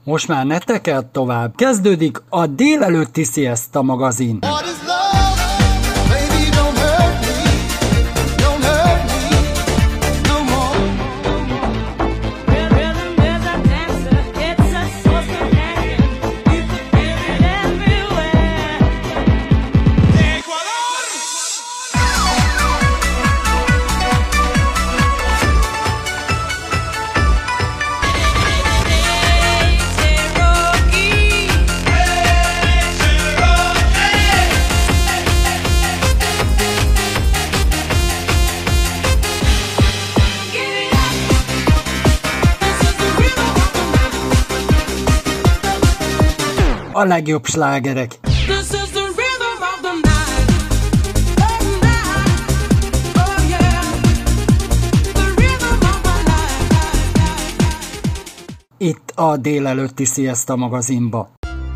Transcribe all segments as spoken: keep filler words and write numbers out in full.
Most már ne tekerd tovább. Kezdődik a délelőtti Sziaszta magazin. A legjobb slágerek. Itt a délelőtti Sziaszta magazinba.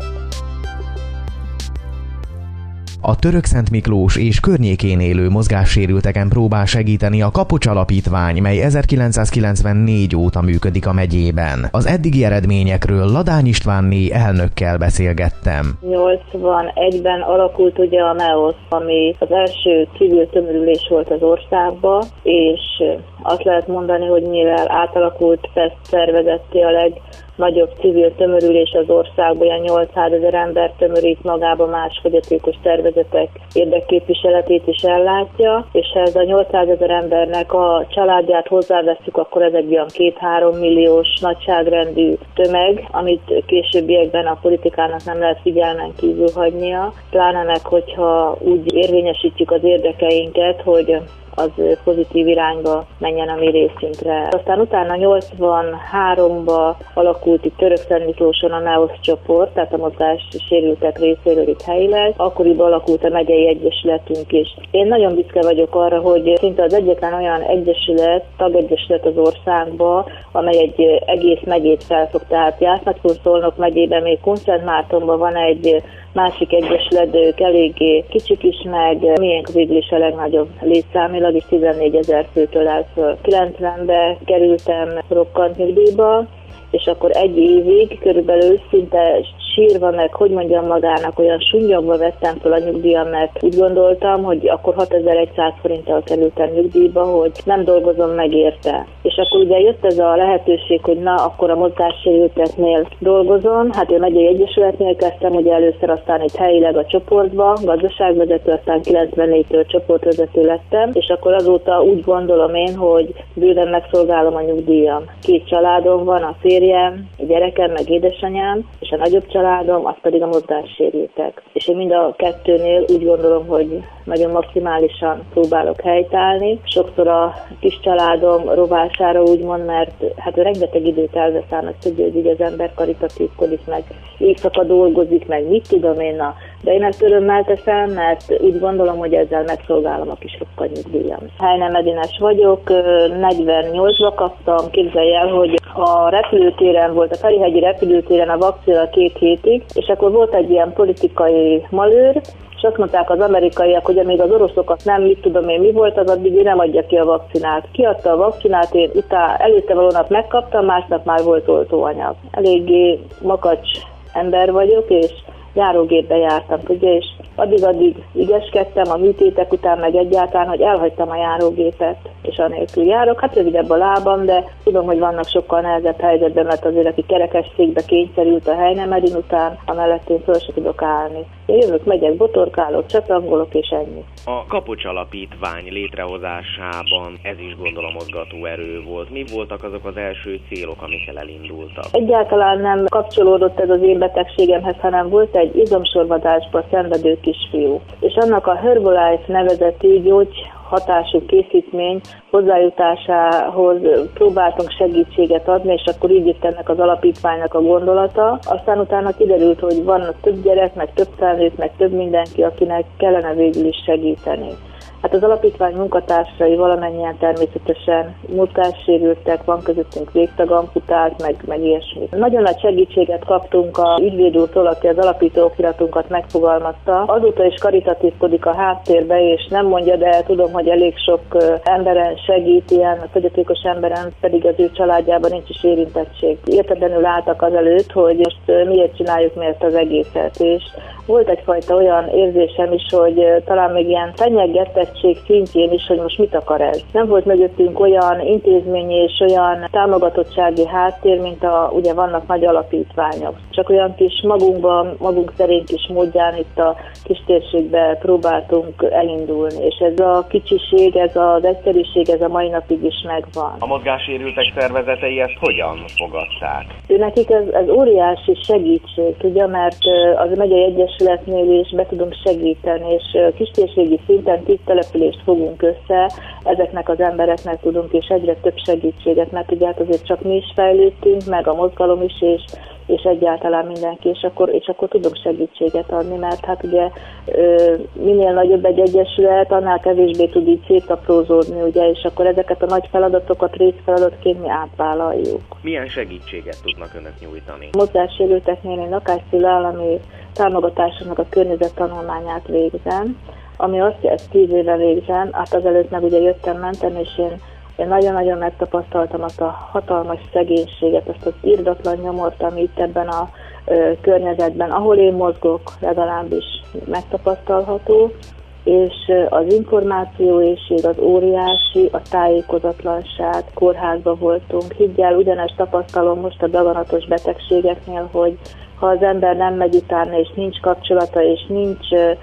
A Törökszent Miklós és környékén élő mozgássérülteken próbál segíteni a Kapocs Alapítvány, mely ezerkilencszázkilencvennégy óta működik a megyében. Az eddigi eredményekről Ladány Istvánné elnökkel beszélgettem. nyolcvanegyben alakult ugye a MEOSZ, ami az első civil tömörülés volt az országban, és azt lehet mondani, hogy mivel átalakult ezt szervezetté a leg nagyobb civil tömörülés az országban, olyan nyolcszázezer ember tömörít magába, más fogyatékos szervezetek érdekképviseletét is ellátja, és ha ez a nyolcszázezer embernek a családját hozzáveszünk, akkor ez egy olyan két-három milliós nagyságrendű tömeg, amit későbbiekben a politikának nem lehet figyelmen kívül hagynia, pláne meg, hogyha úgy érvényesítjük az érdekeinket, hogy az pozitív irányba menjen a mi részünkre. Aztán utána nyolcvanháromban alakult itt Törökszent Miklóson a MEOSZ csoport, tehát a mozgássérültek részéről itt helyileg. Akkoriban alakult a megyei egyesületünk is. Én nagyon büszke vagyok arra, hogy szinte az egyetlen olyan egyesület, tagegyesület az országban, amely egy egész megyét felfog. Tehát Jász-Nagykun-Szolnok megyében, még Kunszentmártonban van egy másik egyesület, de ők eléggé kicsik is, meg miénk végül is a legnagyobb létszámilag, és tizennégyezer főtől áll föl. kilencvenben kerültem rokkant nyugdíjba, és akkor egy évig körülbelül szinte sírva, meg hogy mondjam magának, olyan sunnyogva vettem fel a nyugdíjam, mert úgy gondoltam, hogy akkor hatezer-száz forinttal kerültem nyugdíjba, hogy nem dolgozom meg érte. És akkor ugye jött ez a lehetőség, hogy na, akkor a mozgássérülteknél dolgozom. Hát én megyei egyesületnél kezdtem, ugye először, aztán itt helyileg a csoportba, gazdaságvezető, aztán kilencvennégytől csoportvezető lettem, és akkor azóta úgy gondolom én, hogy bőven megszolgálom a nyugdíjam. Két családom van, a férjem, a gyerekem, meg édesanyám, és a nagyobb családom, az pedig a mozgássérültek. És én mind a kettőnél úgy gondolom, hogy nagyon maximálisan próbálok helytállni. Sokszor a kis családom rovására úgymond, mert hát rengeteg időt elvesz ám, hogy tudja, hogy így az ember karitatívkodik, meg éjszaka dolgozik, meg mit tudom én, na. De én ezt örömmel teszem, mert úgy gondolom, hogy ezzel megszolgálom a kis rokkanyugdíjam. Heine Medines vagyok, negyvennyolcba kaptam, képzelj el, hogy a repülőtéren volt, a Ferihegyi repülőtéren a vakcina két hétig, és akkor volt egy ilyen politikai malőr, és azt mondták az amerikaiak, hogy amíg az oroszokat nem, mit tudom én, mi volt az, addig ő nem adja ki a vakcinát. Kiadta a vakcinát, én utána előtte való nap megkaptam, másnap már volt oltóanyag. Eléggé makacs ember vagyok, és járógépbe jártam, ugye, és addig-addig ügyeskedtem a műtétek után, meg egyáltalán, hogy elhagytam a járógépet, és anélkül járok. Hát rövidebb a lábam, de tudom, hogy vannak sokkal nehezebb helyzetben, mert azért, aki kerekesszékbe kényszerült a Heine Medin után, amellett én föl se tudok állni. Én jövök, megyek, botorkálok, csatrangolok, és ennyi. A Kapocs Alapítvány létrehozásában ez is gondolom mozgató erő volt. Mi voltak azok az első célok, amikkel elindultak? Egyáltalán nem kapcsolódott ez az én betegségemhez, hanem volt egy izomsorvadásba szenvedő kisfiú. És annak a Herbalife nevezetű gyógy hatású készítmény hozzájutásához próbáltunk segítséget adni, és akkor így jött ennek az alapítványnak a gondolata. Aztán utána kiderült, hogy van több gyerek, meg több felnőtt, meg több mindenki, akinek kellene végül is segíteni. Hát az alapítvány munkatársai valamennyien természetesen mozgássérültek, van közöttünk végtagamputált, meg, meg ilyesmi. Nagyon nagy segítséget kaptunk a ügyvéd úrtól, aki az alapító okiratunkat megfogalmazta. Azóta is karitatívkodik a háttérbe, és nem mondja, de tudom, hogy elég sok emberen segít, ilyen fogyatékos emberen, pedig az ő családjában nincs is érintettség. Értetlenül álltak azelőtt, hogy most miért csináljuk, miért az egészet. És volt egyfajta olyan érzésem is, hogy talán még ilyen fenyegetettség szintjén is, hogy most mit akar ez. Nem volt mögöttünk olyan intézményi és olyan támogatottsági háttér, mint a, ugye vannak nagy alapítványok. Csak olyan kis magunkban, magunk szerint kis módján itt a kis térségbe próbáltunk elindulni. És ez a kicsiség, ez az egyszerűség, ez a mai napig is megvan. A mozgássérültek szervezetei ezt hogyan fogadták? Ő nekik ez, ez óriási segítség, ugye, mert az megyei egyesületnél is be tudunk segíteni, és kistérségi szinten tíz települést fogunk össze, ezeknek az embereknek tudunk, és egyre több segítséget, mert ugye hát azért csak mi is fejlődtünk, meg a mozgalom is, és és egyáltalán mindenki, és akkor, és akkor tudok segítséget adni, mert hát ugye minél nagyobb egy egyesület, annál kevésbé tud így szétaprózódni, ugye, és akkor ezeket a nagy feladatokat részfeladatként mi átvállaljuk. Milyen segítséget tudnak önök nyújtani? Mozgássérülteknél én lakásszülő állami támogatásoknak a környezettanulmányát végzem, ami azt jelenti, tíz éve végzem, hát azelőtt meg ugye jöttem, mentem, és én Én nagyon-nagyon megtapasztaltam azt a hatalmas szegénységet, azt az irdatlan nyomort, ami itt ebben a ö, környezetben, ahol én mozgok, legalábbis megtapasztalható, és az információéhség az óriási, a tájékozatlanság, kórházban voltunk. Higgyel, ugyanezt tapasztalom most a daganatos betegségeknél, hogy ha az ember nem megy utána, és nincs kapcsolata, és nincs,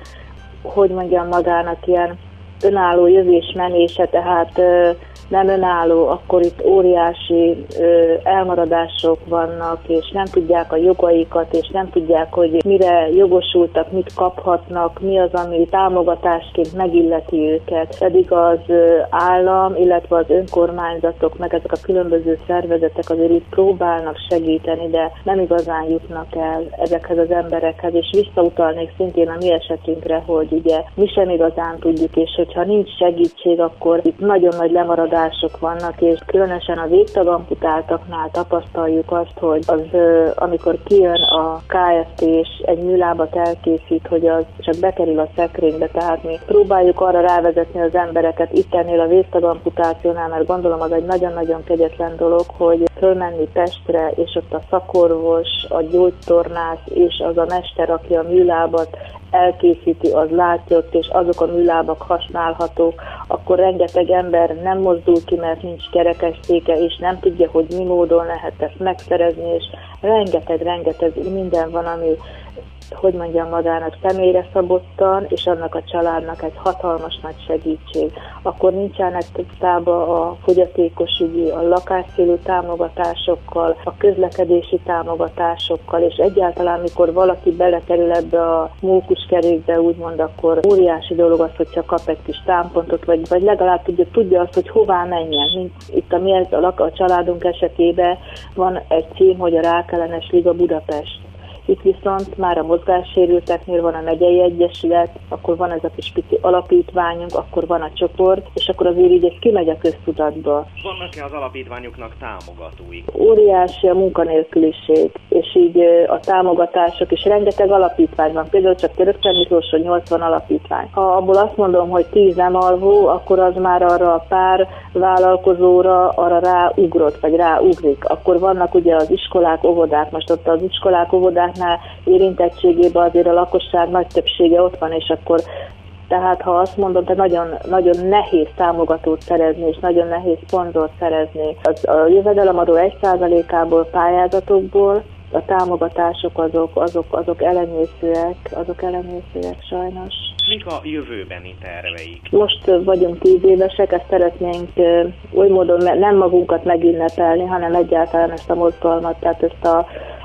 hogy mondjam magának, ilyen önálló jövés-menése, tehát nem önálló, akkor itt óriási ö, elmaradások vannak, és nem tudják a jogaikat, és nem tudják, hogy mire jogosultak, mit kaphatnak, mi az, ami támogatásként megilleti őket. Pedig az ö, állam, illetve az önkormányzatok, meg ezek a különböző szervezetek azért itt próbálnak segíteni, de nem igazán jutnak el ezekhez az emberekhez, és visszautalnék szintén a mi esetünkre, hogy ugye mi sem igazán tudjuk, és hogyha nincs segítség, akkor itt nagyon nagy lemaradás vannak, és különösen a végtagamputáltaknál tapasztaljuk azt, hogy az, amikor kijön a ká ef té és egy műlábat elkészít, hogy az csak bekerül a szekrénybe, tehát mi próbáljuk arra rávezetni az embereket itt ennél a végtagamputációnál, mert gondolom az egy nagyon-nagyon kegyetlen dolog, hogy fölmenni Pestre, és ott a szakorvos, a gyógytornász és az a mester, aki a műlábat elkészíti, az látja ott, és azok a műlábak használhatók, akkor rengeteg ember nem mozdul ki, mert nincs kerekesszéke, és nem tudja, hogy mi módon lehet ezt megszerezni, és rengeteg-rengeteg minden van, ami, hogy mondjam magának, személyre szabottan, és annak a családnak egy hatalmas nagy segítség. Akkor nincsenek tisztában a fogyatékosügyi, a lakásszélő támogatásokkal, a közlekedési támogatásokkal, és egyáltalán, mikor valaki belekerül ebbe a mókuskerékbe, úgymond, akkor óriási dolog az, hogyha kap egy kis támpontot, vagy, vagy legalább tudja, tudja azt, hogy hová menjen. Itt a mi a, a családunk esetében van egy cím, hogy a Rákellenes Liga Budapest. Itt viszont már a mozgássérülteknél van a megyei egyesület, akkor van ez a kis pici alapítványunk, akkor van a csoport, és akkor azért így ez kimegy a köztudatba. Vannak-e az alapítványoknak támogatói? Óriási a munkanélküliség, és így a támogatások, és rengeteg alapítvány van. Például csak Törökszent Miklóson nyolcvan alapítvány. Ha abból azt mondom, hogy tíz nem alvó, akkor az már arra a pár vállalkozóra arra ráugrott, vagy ráugrik. Akkor vannak ugye az iskolák, óvodák, most ott az iskolák, óvodák érintettségében azért a lakosság nagy többsége ott van, és akkor tehát ha azt mondom, hogy nagyon, nagyon nehéz támogatót szerezni, és nagyon nehéz szponzort szerezni. Az, a jövedelemadó egy százalékából pályázatokból a támogatások azok, azok, azok elenyészőek, azok elenyészőek sajnos. Mik a jövőbeni terveik? Most vagyunk tíz évesek, ezt szeretnénk oly módon nem magunkat megünnepelni, hanem egyáltalán ezt a mozgalmat, tehát ezt a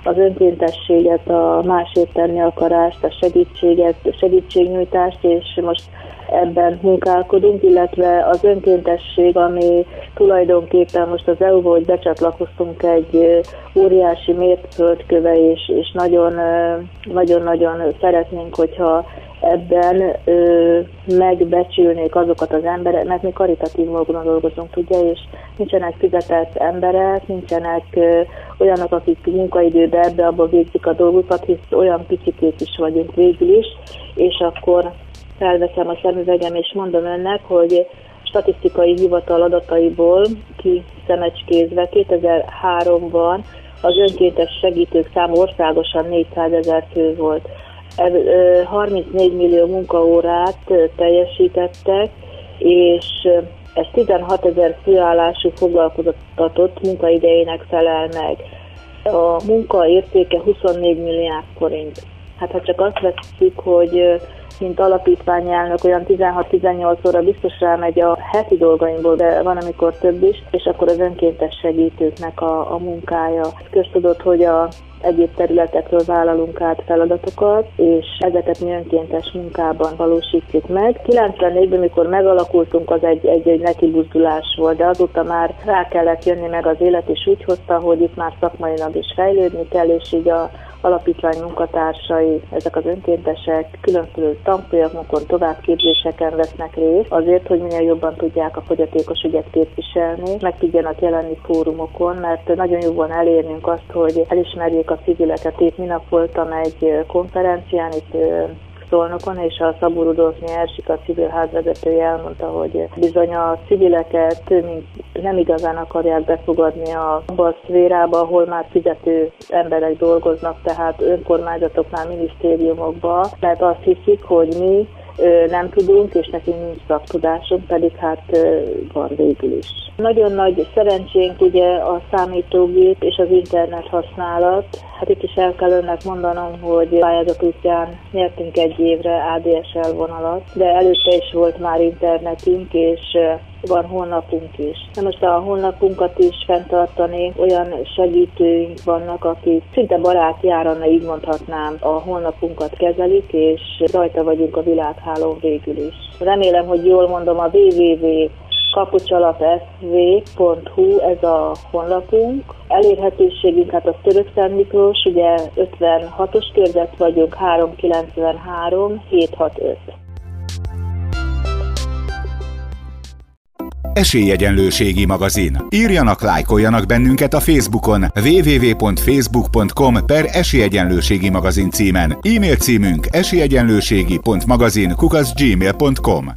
az önkéntességet, a másért tenni akarást, a segítséget, a segítségnyújtást, és most ebben munkálkodunk, illetve az önkéntesség, ami tulajdonképpen most az é u-ba, hogy becsatlakoztunk, egy óriási mérföldköve, és, és nagyon, nagyon-nagyon szeretnénk, hogyha ebben ö, megbecsülnék azokat az emberek, mert mi karitatív módon dolgozunk, ugye, és nincsenek fizetett emberek, nincsenek ö, olyanok, akik munkaidőben ebbe-abba végzik a dolgokat, hisz olyan picikét is vagyunk végül is, és akkor felveszem a szemüvegem, és mondom önnek, hogy statisztikai hivatal adataiból kiszemecskézve kétezer-háromban az önkéntes segítők száma országosan négyszázezer fő volt. harmincnégy millió munkaórát teljesítettek, és ez tizenhatezer főállású foglalkoztatott munkaidejének felel meg. A munka értéke huszonnégy milliárd forint. Hát ha csak azt vesszük, hogy mint alapítványelnök olyan tizenhat-tizennyolc óra biztos rámegy a heti dolgaimból, de van, amikor több is, és akkor az önkéntes segítőknek a, a munkája. Köztudott, hogy a egyéb területekről vállalunk át feladatokat, és ezeket mi önkéntes munkában valósítjuk meg. kilencvennégyben, amikor megalakultunk, az egy, egy, egy nekibuzdulás volt, de azóta már rá kellett jönni meg az élet, és úgy hozta, hogy itt már szakmailag is fejlődni kell, és így a alapítvány munkatársai, ezek az önkéntesek különböző tanfolyamokon, továbbképzéseken vesznek részt, azért, hogy minél jobban tudják a fogyatékos ügyet képviselni, meg tudjanak jelenni fórumokon, mert nagyon jó van elérnünk azt, hogy elismerjék a civileket. Itt minap voltam egy konferencián, itt Szolnokon, és a Szabó Rudolf Erzsik, a civil házvezetője elmondta, hogy bizony a civileket nem igazán akarják befogadni abba a szférába, ahol már fizető emberek dolgoznak, tehát önkormányzatoknál, minisztériumokban, mert azt hiszik, hogy mi nem tudunk, és nekünk nincs szaktudásunk, pedig hát van végül is. Nagyon nagy szerencsénk ugye a számítógép és az internet használat. Hát itt is el kell önnek mondanom, hogy pályázat útján nyertünk egy évre á dé es el vonalat, de előtte is volt már internetünk, és van honlapunk is. Na most a honlapunkat is fenntartani, olyan segítőink vannak, akik szinte barátjáran, így mondhatnám, a honlapunkat kezelik, és rajta vagyunk a világhálón végül is. Remélem, hogy jól mondom, a double-u double-u double-u pont kapucsalap es vé pont hú ez a honlapunk. Elérhetőségünk, hát a Törökszent Miklós, ugye ötvenhatos körzet vagyunk, háromszázkilencvenhárom hétszázhatvanöt. Esélyegyenlőségi magazin. Írjanak, lájkoljanak bennünket a Facebookon double-u double-u double-u pont facebook pont com per esélyegyenlőségi magazin címen. E-mail címünk esélyegyenlőségi pont magazin kukac gmail pont com.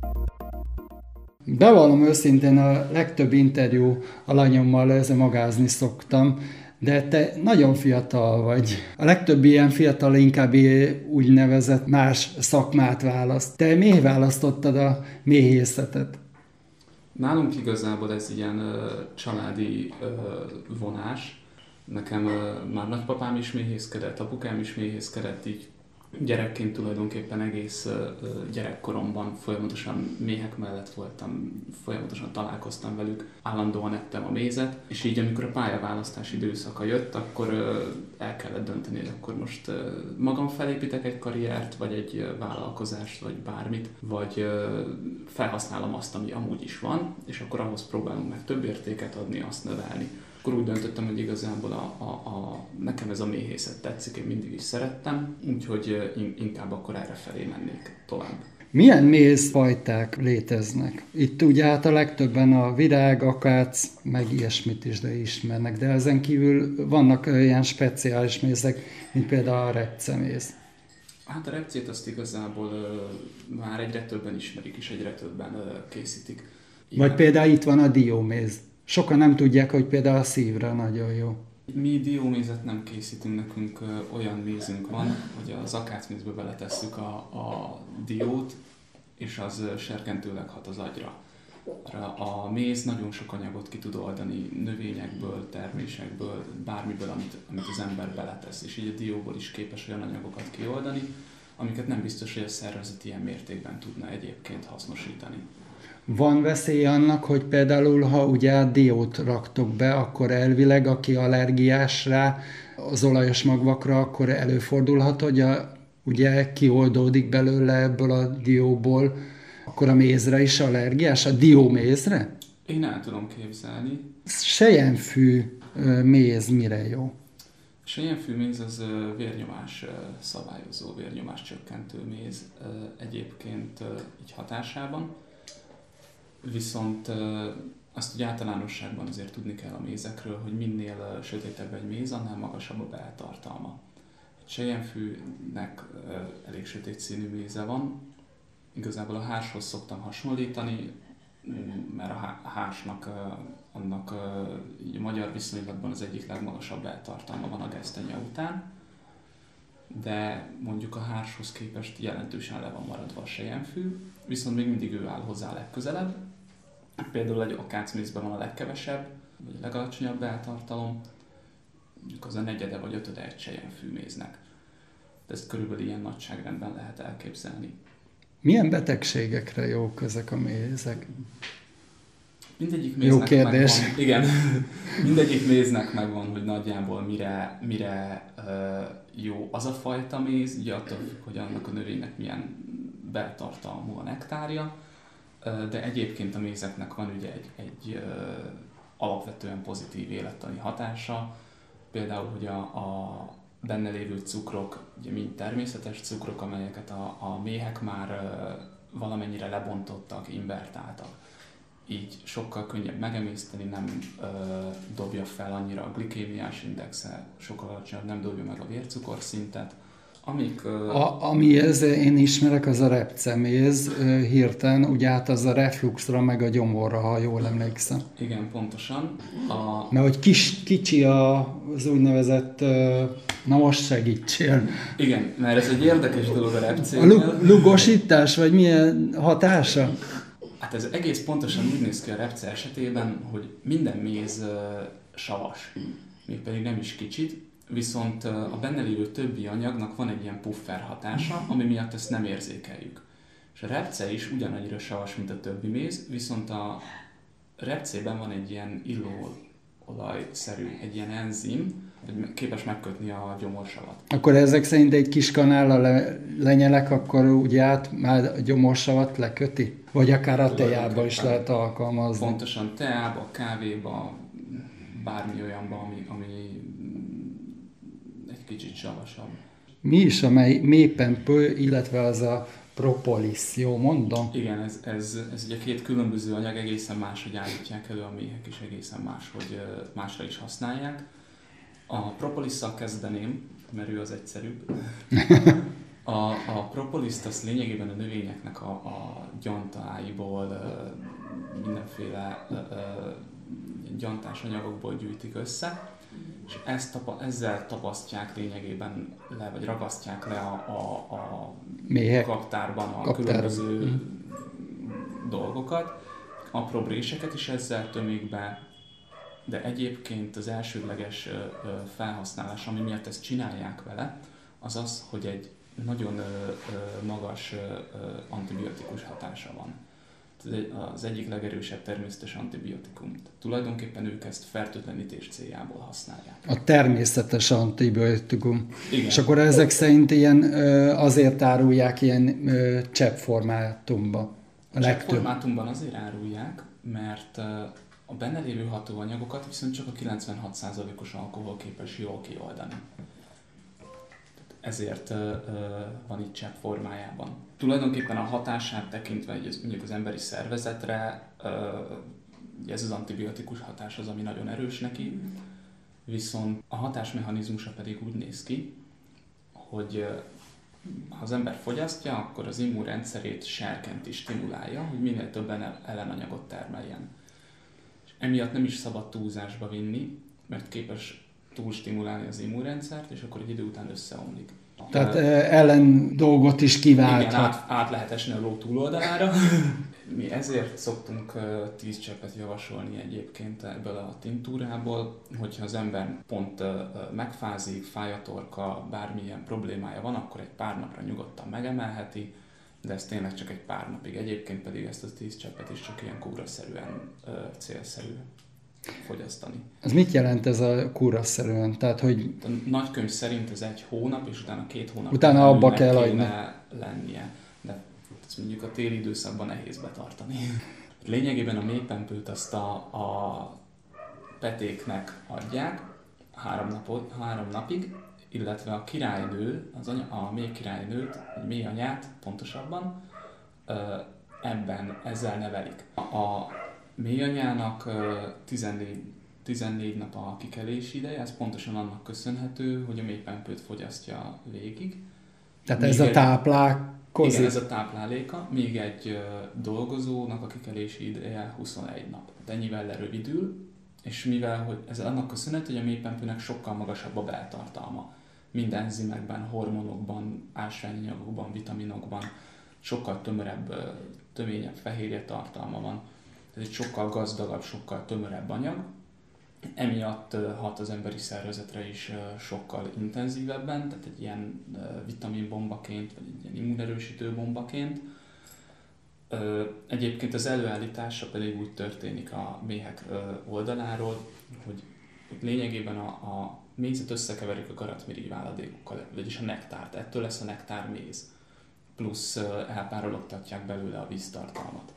Bevallom őszintén, a legtöbb interjú alanyommal ezzel magázni szoktam, de te nagyon fiatal vagy. A legtöbb ilyen fiatal inkább úgynevezett más szakmát választ. Te miért választottad a méhészetet? Nálunk igazából ez ilyen ö, családi ö, vonás. Nekem ö, már nagypapám is méhészkedett, apukám is méhészkedett, így gyerekként tulajdonképpen egész ö, gyerekkoromban folyamatosan méhek mellett voltam, folyamatosan találkoztam velük, állandóan ettem a mézet, és így amikor a pályaválasztás időszaka jött, akkor ö, el kellett dönteni, hogy akkor most ö, magam felépítek egy karriert, vagy egy ö, vállalkozást, vagy bármit, vagy ö, felhasználom azt, ami amúgy is van, és akkor ahhoz próbálunk meg több értéket adni, azt növelni. Akkor úgy döntöttem, hogy igazából a, a, a, nekem ez a méhészet tetszik, én mindig is szerettem, úgyhogy inkább akkor erre felé mennék tovább. Milyen mézfajták léteznek? Itt ugye hát a legtöbben a virág, akác, meg ilyesmit is de ismernek, de ezen kívül vannak olyan speciális mézek, mint például a repceméz. Hát a repcét azt igazából uh, már egyre többen ismerik, és egyre többen uh, készítik. Ilyen. Vagy például itt van a dióméz. Sokan nem tudják, hogy például a szívre nagyon jó. Mi diómézet nem készítünk, nekünk olyan mézünk van, hogy az akácmézbe beletesszük a, a diót, és az serkentőleg hat az agyra. A méz nagyon sok anyagot ki tud oldani növényekből, termésekből, bármiből, amit, amit az ember beletesz, és így a dióból is képes olyan anyagokat kioldani, amiket nem biztos, hogy a szervezet ilyen mértékben tudna egyébként hasznosítani. Van veszély annak, hogy például, ha ugye diót raktok be, akkor elvileg, aki allergiás rá az olajos magvakra, akkor előfordulhat, hogy a, ugye kioldódik belőle ebből a dióból, akkor a mézre is allergiás, a diómézre? Én el tudom képzelni. Selyemfű méz mire jó? A selyemfű méz az vérnyomás szabályozó, vérnyomás csökkentő méz egyébként így hatásában. Viszont azt ugye általánosságban azért tudni kell a mézekről, hogy minél sötétebb egy méz, annál magasabb a beltartalma. Egy selyemfűnek elég sötét színű méze van. Igazából a hárshoz szoktam hasonlítani, mert a hársnak annak így a magyar viszonylatban az egyik legmagasabb beltartalma van a gesztenye után, de mondjuk a hárshoz képest jelentősen le van maradva a selyemfű, viszont még mindig ő áll hozzá a legközelebb. Például egy akácmézben van a legkevesebb, vagy a legalacsonyabb beltartalom, mondjuk az a negyede vagy ötöde egy selyemfű méznek. De ezt körülbelül ilyen nagyságrendben lehet elképzelni. Milyen betegségekre jók ezek a mézek? Mindegyik méznek Jó kérdés. megvan, igen, mindegyik méznek megvan, hogy nagyjából mire, mire uh, jó az a fajta méz, ugye attól függ, hogy annak a növénynek milyen beltartalmú a nektárja, uh, de egyébként a mézeknek van ugye egy, egy uh, alapvetően pozitív élettani hatása, például, hogy a, a benne lévő cukrok, ugye mind természetes cukrok, amelyeket a, a méhek már uh, valamennyire lebontottak, invertáltak. Így sokkal könnyebb megemészteni, nem ö, dobja fel annyira a glikémiás indexe, sokkal alacsonyabb, nem dobja meg a vércukorszintet. Amik, ö... a, ami ez, én ismerek, az a repceméz hirtelen, ugye hát az a refluxra, meg a gyomorra, ha jól emlékszem. Igen, pontosan. A... Mert hogy kis, kicsi az úgynevezett, na most segítsél. Igen, mert ez egy érdekes dolog a repcénél. A lugosítás, vagy milyen hatása? Hát ez egész pontosan úgy néz ki a repce esetében, hogy minden méz uh, savas, mégpedig nem is kicsit, viszont uh, a benne lévő többi anyagnak van egy ilyen puffer hatása, ami miatt ezt nem érzékeljük. És a repce is ugyanannyira savas, mint a többi méz, viszont a repcében van egy ilyen illóolajszerű, egy ilyen enzim, hogy képes megkötni a gyomorsavat. Akkor ezek szerint egy kis kanállal le, lenyelek, akkor ugye át már a gyomorsavat leköti? Vagy akár a teába is lehet alkalmazni? Pontosan teába, kávéba, bármi olyanba, ami, ami egy kicsit savasabb. Mi is a mépempő, illetve az a propolis, jó mondom? Igen, ez, ez, ez ugye két különböző anyag, egészen máshogy állítják elő a méhek, és egészen máshogy másra is használják. A propolisszal kezdeném, mert ő az egyszerűbb. A, a propoliszt az lényegében a növényeknek a, a gyantáiból, mindenféle gyantás anyagokból gyűjtik össze, és ezt tapa, ezzel tapasztják lényegében le, vagy ragasztják le a, a, a méhek kaptárban a kaptár. különböző mm. dolgokat, apróbb réseket is ezzel tömik be, de egyébként az elsődleges felhasználás, ami miatt ezt csinálják vele, az az, hogy egy nagyon magas antibiotikus hatása van. Az egyik legerősebb természetes antibiotikum. Tulajdonképpen ők ezt fertőtlenítés céljából használják. A természetes antibiotikum. Igen. És akkor ezek szerint ilyen, azért árulják ilyen cseppformátumban. A cseppformátumban azért árulják, mert a benne lévő hatóanyagokat viszont csak a kilencvenhat százalékos alkohol képes jól kioldani. Ezért uh, uh, van itt csepp formájában. Tulajdonképpen a hatását tekintve, hogy ez mondjuk az emberi szervezetre, uh, ez az antibiotikus hatás az, ami nagyon erős neki, viszont a hatásmechanizmusa pedig úgy néz ki, hogy uh, ha az ember fogyasztja, akkor az immunrendszerét serkenti, stimulálja, hogy minél több ellenanyagot termeljen. És emiatt nem is szabad túlzásba vinni, mert képes túl stimulálni az immunrendszert, és akkor egy idő után összeomlik. Tehát uh, ellen dolgot is kiválthat. Igen, át, át lehet esni a ló túloldalára. Mi ezért szoktunk tíz cseppet javasolni egyébként ebből a tintúrából, hogyha az ember pont megfázik, fáj a torka, bármilyen problémája van, akkor egy pár napra nyugodtan megemelheti, de ez tényleg csak egy pár napig. Egyébként pedig ezt a tíz cseppet is csak ilyen kúraszerűen ö, célszerű fogyasztani. Ez mit jelent ez a kúraszerűen? Tehát, hogy... A nagykönyv szerint ez egy hónap, és utána két hónap utána abba kell adni. lennie. De ezt mondjuk a téli időszakban nehéz betartani. Lényegében a méhpempőt azt a, a petéknek adják három, napot, három napig, illetve a királynő, az anya, a méh királynőt, a méhanyát pontosabban, ebben ezzel nevelik. A méhanyának tizennégy, tizennégy nap a kikelési ideje, ez pontosan annak köszönhető, hogy a méhpempőt fogyasztja végig. Tehát még ez egy, a táplálkozik? Igen, ez a tápláléka, még egy dolgozónak a kikelési ideje huszonegy nap. De ennyivel lerövidül, és mivel hogy ez annak köszönhető, hogy a méhpempőnek sokkal magasabb a beltartalma. Minden enzimekben, hormonokban, ásványanyagokban, vitaminokban sokkal tömörebb, töményebb fehérje tartalma van. Ez egy sokkal gazdagabb, sokkal tömörebb anyag. Emiatt hat az emberi szervezetre is sokkal intenzívebben, tehát egy ilyen vitaminbombaként, vagy egy ilyen immunerősítő bombaként. Egyébként az előállítása pedig úgy történik a méhek oldaláról, hogy lényegében a, a mézet összekeverik a garatmirigy váladékokkal, vagyis a nektárt. Ettől lesz a nektár méz. Plusz elpárologtatják belőle a víztartalmat.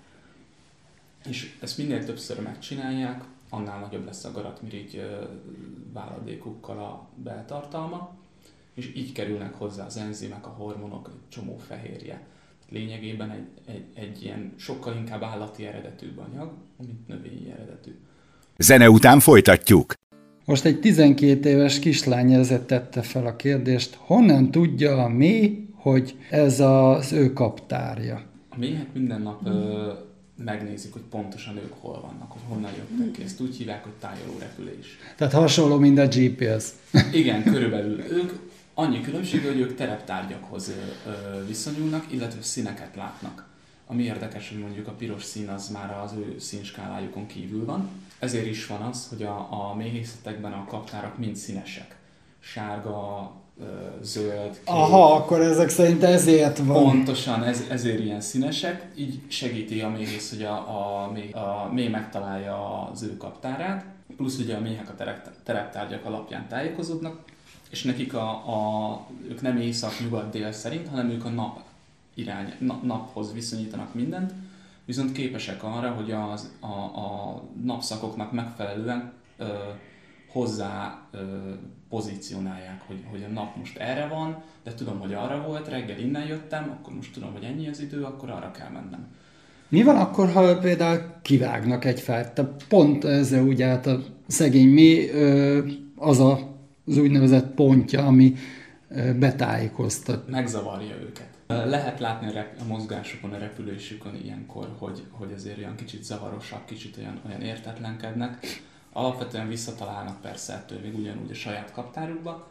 És ezt minél többször megcsinálják, annál nagyobb lesz a garatmirigy váladékokkal a beltartalma, és így kerülnek hozzá az enzimek, a hormonok, egy csomó fehérje. Lényegében egy, egy, egy ilyen sokkal inkább állati eredetűbb anyag, mint növényi eredetű. Zene után folytatjuk. Most egy tizenkét éves kislány ezért tette fel a kérdést, honnan tudja a méh, hogy ez az ő kaptárja? A méhek minden nap ö, megnézik, hogy pontosan ők hol vannak, hogy honnan jöttek ki. Ezt úgy hívják, hogy tájoló repülés. Tehát hasonló, mint a gé pé es. Igen, körülbelül ők. Annyi különbség, hogy ők tereptárgyakhoz ö, ö, viszonyulnak, illetve színeket látnak. Ami érdekes, hogy mondjuk a piros szín az már az ő színskálájukon kívül van. Ezért is van az, hogy a, a méhészetekben a kaptárak mind színesek. Sárga, ö, zöld, kék. Aha, akkor ezek szerint ezért van. Pontosan, ez, ezért ilyen színesek. Így segíti a méhész, hogy a, a, méh, a méh megtalálja az ő kaptárát. Plusz ugye a méhek a terep, tereptárgyak alapján tájékozódnak. És nekik a, a, ők nem észak-nyugat-dél szerint, hanem ők a nap irány, na, naphoz viszonyítanak mindent, viszont képesek arra, hogy az, a, a napszakoknak megfelelően ö, hozzá ö, pozícionálják, hogy, hogy a nap most erre van, de tudom, hogy arra volt, reggel innen jöttem, akkor most tudom, hogy ennyi az idő, akkor arra kell mennem. Mi van akkor, ha például kivágnak egy fát? Tehát pont ezzel úgy át a szegény méh az a az úgynevezett pontja, ami betájékoztat. Megzavarja őket. Lehet látni a, rep- a mozgásokon, a repülésükön ilyenkor, hogy, hogy azért olyan kicsit zavarosak, kicsit olyan, olyan értetlenkednek. Alapvetően visszatalálnak persze ettől még ugyanúgy a saját kaptárukba,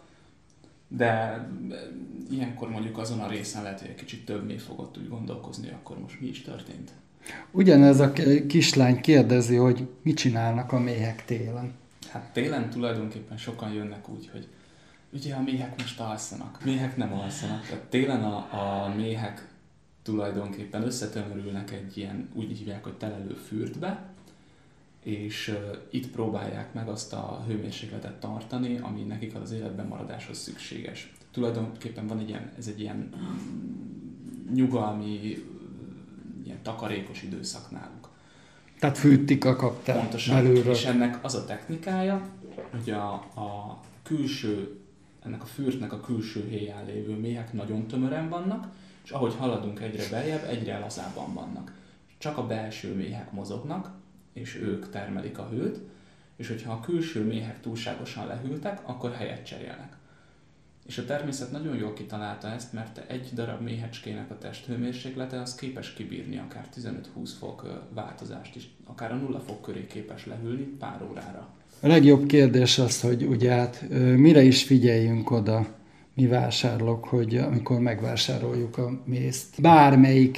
de ilyenkor mondjuk azon a részen lehet, hogy egy kicsit több méh fogott úgy gondolkozni, hogy akkor most mi is történt. Ugyanez a kislány kérdezi, hogy mit csinálnak a méhek télen. Hát télen tulajdonképpen sokan jönnek úgy, hogy ugye a méhek most alszanak. Méhek nem alszanak. Tehát télen a, a méhek tulajdonképpen összetömörülnek egy ilyen, úgy hívják, hogy telelő fürdbe, és uh, itt próbálják meg azt a hőmérsékletet tartani, ami nekik az életben maradáshoz szükséges. Tulajdonképpen van egy ilyen, ez egy ilyen nyugalmi, ilyen takarékos időszak náluk. Tehát fűtik a kaptár Pontosan. Belülről. És ennek az a technikája, hogy a, a külső, ennek a fürtnek a külső héján lévő méhek nagyon tömören vannak, és ahogy haladunk egyre beljebb, egyre lazábban vannak. Csak a belső méhek mozognak, és ők termelik a hőt, és hogyha a külső méhek túlságosan lehűltek, akkor helyet cserélnek. És a természet nagyon jól kitalálta ezt, mert egy darab méhecskének a testhőmérséklete az képes kibírni akár tizenöt-húsz fok változást is, akár a nulla fok köré képes lehűlni pár órára. A legjobb kérdés az, hogy ugye hát mire is figyeljünk oda, mi vásárlók, hogy amikor megvásároljuk a mézt. Bármelyik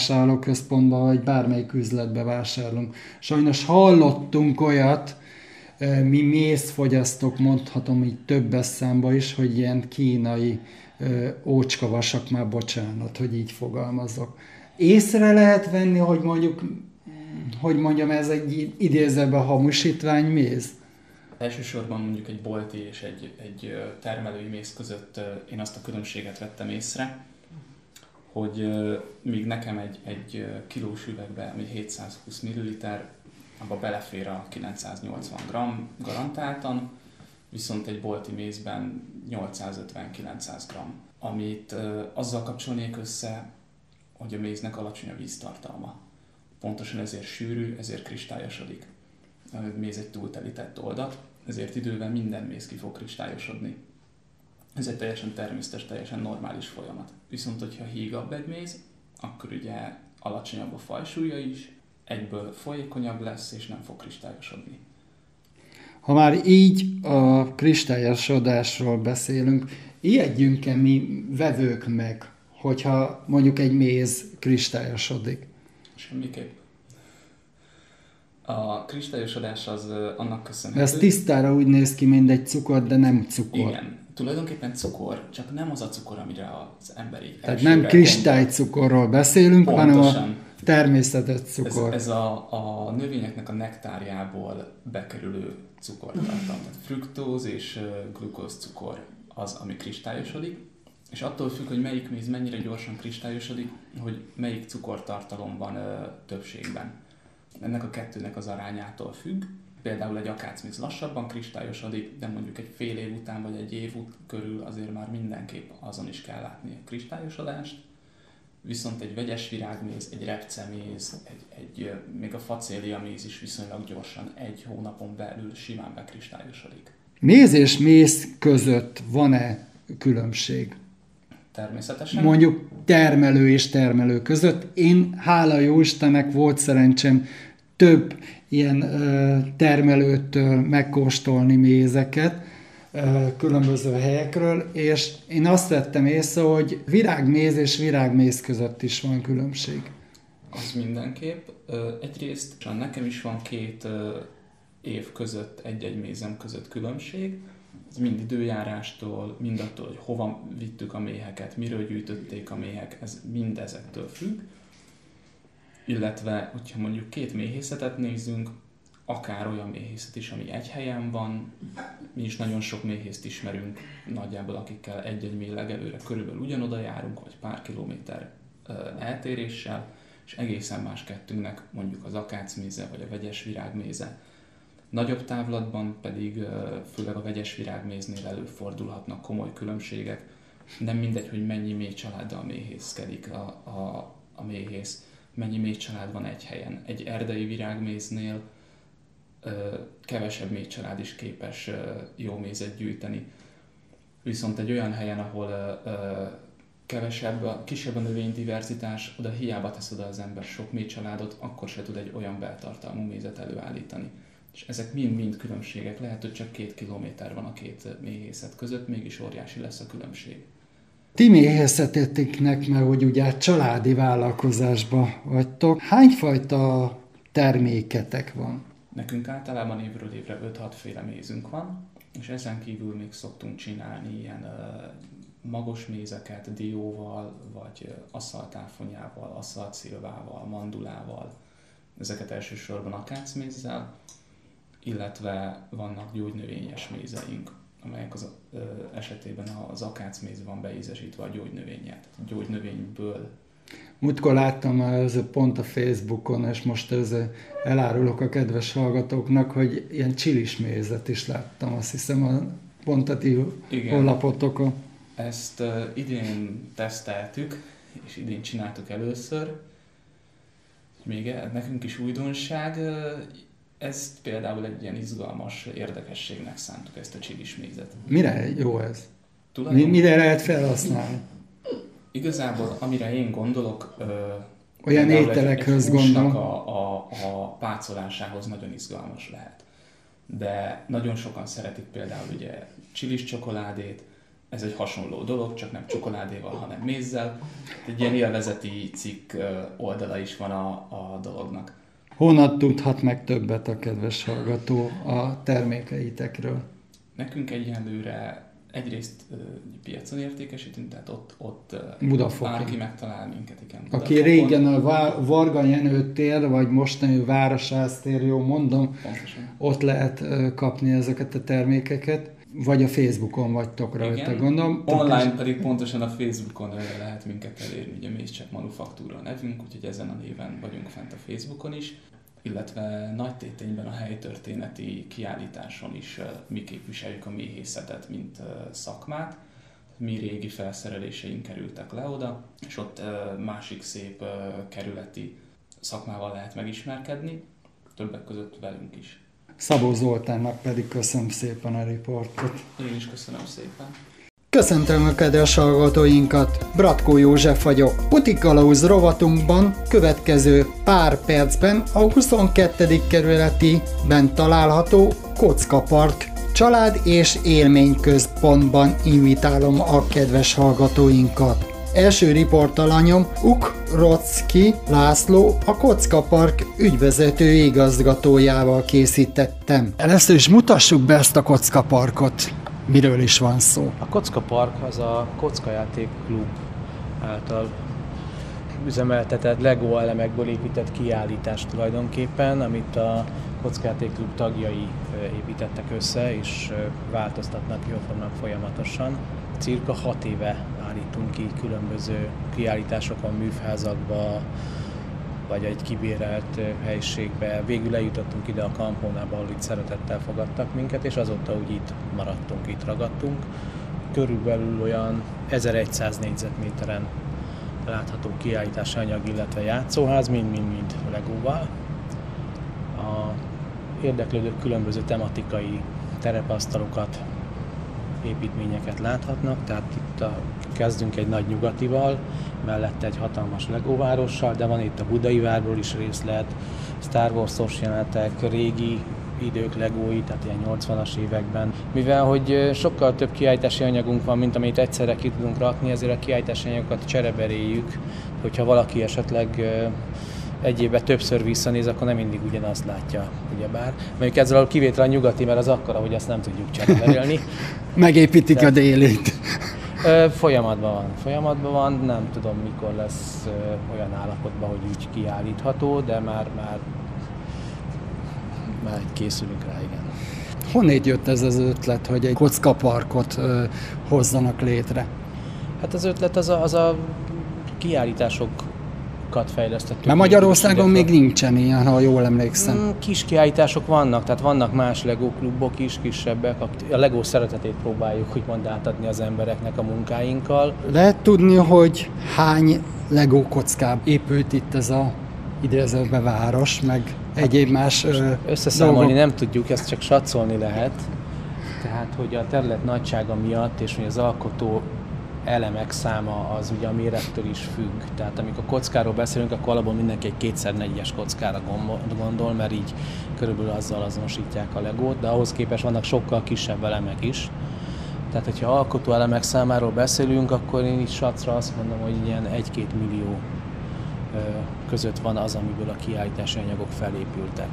bevásárlóközpontban, vagy bármelyik üzletbe vásárolunk. Sajnos hallottunk olyat, Mi mézfogyasztók, mondhatom így többes számba is, hogy ilyen kínai ócskavasak, már bocsánat, hogy így fogalmazok. Észre lehet venni, hogy mondjuk, hogy mondjam, ez egy idézőben hamisítvány méz? Elsősorban mondjuk egy bolti és egy, egy termelői méz között én azt a különbséget vettem észre, hogy míg nekem egy, egy kilós üvegbe, ami hétszázhúsz milliliter, abba belefér a kilencszáznyolcvan gramm garantáltan, viszont egy bolti mézben nyolcszázötven-kilencszáz gramm, amit ö, azzal kapcsolnék össze, hogy a méznek alacsony a víztartalma. Pontosan ezért sűrű, ezért kristályosodik. A méz egy túltelített oldat, ezért idővel minden méz ki fog kristályosodni. Ez egy teljesen természetes, teljesen normális folyamat. Viszont, hogyha hígabb egy méz, akkor ugye alacsonyabb a fajsúlya is, egyből folyékonyabb lesz, és nem fog kristályosodni. Ha már így a kristályosodásról beszélünk, ijedjünk-e mi vevők meg, hogyha mondjuk egy méz kristályosodik? Semmiképp. A kristályosodás az annak köszönhető... Ez tisztára úgy néz ki, mint egy cukor, de nem cukor. Igen. Tulajdonképpen cukor, csak nem az a cukor, amire az emberi... Tehát nem kristálycukorról beszélünk, pontosan, hanem a természetes cukor. Ez, ez a, a növényeknek a nektárjából bekerülő cukortartalom. Tehát fruktóz és glukóz cukor az, ami kristályosodik, és attól függ, hogy melyik méz mennyire gyorsan kristályosodik, hogy melyik cukortartalom van ö, többségben. Ennek a kettőnek az arányától függ. Például egy akácméz lassabban kristályosodik, de mondjuk egy fél év után vagy egy év körül azért már mindenképp azon is kell látni a kristályosodást. Viszont egy vegyes virágméz, egy repceméz, egy, egy, még a facélia méz is viszonylag gyorsan, egy hónapon belül simán bekristályosodik. Méz és méz között van-e különbség? Természetesen. Mondjuk termelő és termelő között. Én, hála jó Istennek, volt szerencsém több ilyen ö, termelőtől megkóstolni mézeket ö, különböző helyekről, és én azt vettem észre, hogy virágméz és virágméz között is van különbség. Az mindenképp. Egyrészt nekem is van két év között, egy-egy mézem között különbség. Ez mind időjárástól, mind attól, hogy hova vittük a méheket, miről gyűjtötték a méhek, ez mind ezektől függ. Illetve, hogyha mondjuk két méhészetet nézzünk, akár olyan méhészet is, ami egy helyen van, mi is nagyon sok méhészt ismerünk, nagyjából akikkel egy-egy méh legelőre körülbelül ugyanoda járunk, vagy pár kilométer eltéréssel, és egészen más kettőnknek mondjuk az akácméze, vagy a vegyes virágméze. Nagyobb távlatban pedig, főleg a vegyes virágméznél előfordulhatnak komoly különbségek. Nem mindegy, hogy mennyi méh családdal méhészkedik a, a, a méhész, mennyi méh család van egy helyen. Egy erdei virágméznél ö, kevesebb méh család is képes ö, jó mézet gyűjteni. Viszont egy olyan helyen, ahol ö, kevesebb, kisebb a növénydiverzitás, oda hiába tesz oda az ember sok méh családot, akkor se tud egy olyan beltartalmú mézet előállítani. És ezek mind-mind különbségek. Lehet, hogy csak két kilométer van a két méhészet között, mégis óriási lesz a különbség. Ti méhészeteknek, mert hogy ugye családi vállalkozásban vagytok, hányfajta terméketek van? Nekünk általában évről évre öt-hat féle mézünk van, és ezen kívül még szoktunk csinálni ilyen uh, magos mézeket dióval, vagy uh, aszaltáfonyával, aszaltszilvával, mandulával. Ezeket elsősorban akácmézzel, illetve vannak gyógynövényes mézeink, amelyek az ö, esetében az akácméz van beízesítve a gyógynövényet. A gyógynövényből. Múltkor láttam ez pont a Facebookon, és most ez elárulok a kedves hallgatóknak, hogy ilyen csilis mézet is láttam, azt hiszem a pont a ti honlapotokon. Ezt uh, idén teszteltük, és idén csináltuk először. Még nekünk is újdonság. Ezt például egy ilyen izgalmas érdekességnek szántuk, ezt a csilis mézet. Mire jó ez? Tulajdon... Mire lehet felhasználni? Igazából, amire én gondolok, olyan ételekhez gondolom. A, a, a pácolásához nagyon izgalmas lehet. De nagyon sokan szeretik például ugye csilis csokoládét, ez egy hasonló dolog, csak nem csokoládéval, hanem mézzel. Egy ilyen élvezeti cikk oldala is van a, a dolognak. Honnan tudhat meg többet a kedves hallgató a termékeitekről? Nekünk egyelőre egyrészt uh, piacon értékesítünk, tehát ott, ott Budafoki. Bárki megtalál minket, igen. Aki régen a Varga Jenő tér, vagy mostani Városház tér, jó mondom, Pontosan. Ott lehet kapni ezeket a termékeket, vagy a Facebookon vagytok rajta, gondolom. Online is... pedig pontosan a Facebookon lehet minket elérni, ugye Mézcsek Manufaktúra a nevünk, úgyhogy ezen a néven vagyunk fent a Facebookon is, illetve Nagytétényben a helytörténeti kiállításon is mi képviseljük a méhészetet, mint szakmát. Mi régi felszereléseink kerültek le oda, és ott másik szép kerületi szakmával lehet megismerkedni, többek között velünk is. Szabó Zoltánnak pedig köszönöm szépen a riportot. Én is köszönöm szépen. Köszöntöm a kedves hallgatóinkat, Bratkó József vagyok. Butikalauz rovatunkban következő pár percben a huszonkettedik kerületiben található Kocka Park család és élményközpontban invitálom a kedves hallgatóinkat. Első riportalanyom Ukrocki László, a Kocka Park ügyvezető igazgatójával készítettem. Először is mutassuk be ezt a Kocka Parkot. Miről is van szó? A Kocka Park az a Kockajáték Klub által üzemeltetett Lego elemekből épített kiállítás tulajdonképpen, amit a Kockajáték Klub tagjai építettek össze, és változtatnak, jóformnak folyamatosan. Cirka hat éve állítunk ki különböző kiállításokon, műfázakba, vagy egy kibérelt helyiségbe. Végül eljutottunk ide a Kampónába, ahol itt szeretettel fogadtak minket, és azóta úgy itt maradtunk, itt ragadtunk. Körülbelül olyan ezerszáz négyzetméteren látható kiállítási anyag, illetve játszóház, mind-mind-mind Legóval. A érdeklődők különböző tematikai terepasztalokat, építményeket láthatnak, tehát itt a, kezdünk egy nagy nyugatival, mellette egy hatalmas Legóvárossal, de van itt a Budai Várból is részlet, Star Wars-os jelenetek, régi idők Legói, tehát ilyen nyolcvanas években. Mivel hogy sokkal több kiállítási anyagunk van, mint amit egyszerre ki tudunk rakni, ezért a kiállítási anyagokat csereberéljük, hogyha valaki esetleg egy évben többször visszanéz, akkor nem mindig ugyanazt látja, ugyebár. Mondjuk ezzel a kivétel a nyugati, mert az akkora, hogy azt nem tudjuk csereberélni. Megépítik de, a délit. Folyamatban van, folyamatban van, nem tudom mikor lesz olyan állapotban, hogy úgy kiállítható, de már, már, már készülünk rá, igen. Honnét jött ez az ötlet, hogy egy kockaparkot hozzanak létre? Hát az ötlet az a, az a kiállítások fejlesztettük. Mert Magyarországon még nincsen ilyen, ha jól emlékszem. Kis kiállítások vannak, tehát vannak más Lego klubok is, kisebbek. A Lego szeretetét próbáljuk úgymond átadni az embereknek a munkáinkkal. Lehet tudni, hogy hány Lego kockában épült itt ez a idézőben város, meg egyéb más összeszámolni dolgok? Nem tudjuk, ezt csak satszolni lehet. Tehát, hogy a terület nagysága miatt, és hogy az alkotó elemek száma az ugye a mérettől is függ. Tehát amikor kockáról beszélünk, akkor alapból mindenki egy kétszer négyes kockára gondol, mert így körülbelül azzal azonosítják a Legót, de ahhoz képest vannak sokkal kisebb elemek is. Tehát, hogyha alkotó elemek számáról beszélünk, akkor én így sacra azt mondom, hogy ilyen egy-két millió között van az, amiből a kiállítási anyagok felépültek.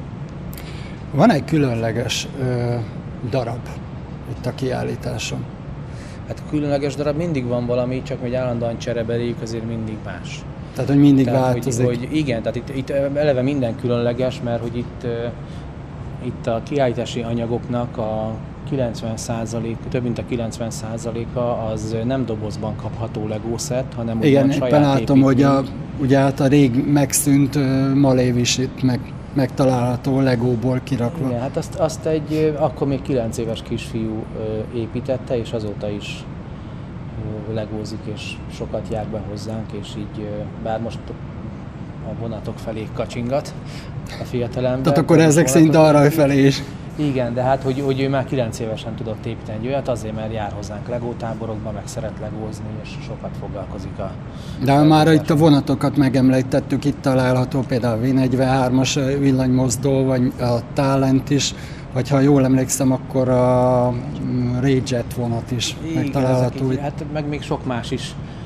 Van egy különleges ö, darab itt a kiállításon? Hát a különleges darab mindig van valami, csak hogy állandóan csereberéljük, azért mindig más. Tehát, hogy mindig tehát, változik. Hogy, hogy igen, tehát itt, itt eleve minden különleges, mert hogy itt, itt a kiállítási anyagoknak a kilencven százalék, több mint a kilencven százaléka az nem dobozban kapható Lego set, hanem igen, saját éppen látom, építmény. hogy a, ugye hát a rég megszűnt uh, malév is itt meg, megtalálható Legóból kirakva. Igen, hát azt, azt egy akkor még kilenc éves kisfiú építette, és azóta is legózik, és sokat jár be hozzánk, és így bár most a vonatok felé kacsingat a fiatalember. Tehát akkor ezek szerint arra felé is. Igen, de hát, hogy, hogy ő már kilenc évesen tudott építeni egy olyat, azért, mert jár hozzánk Lego táborokba, meg szeret legózni, és sokat foglalkozik a... De már itt a vonatokat megemlítettük, itt található például a vé negyvenhármas villanymozdó, vagy a Talent is, vagy ha jól emlékszem, akkor a Rayjet vonat is igen, megtalálható. Így, hát meg még sok más is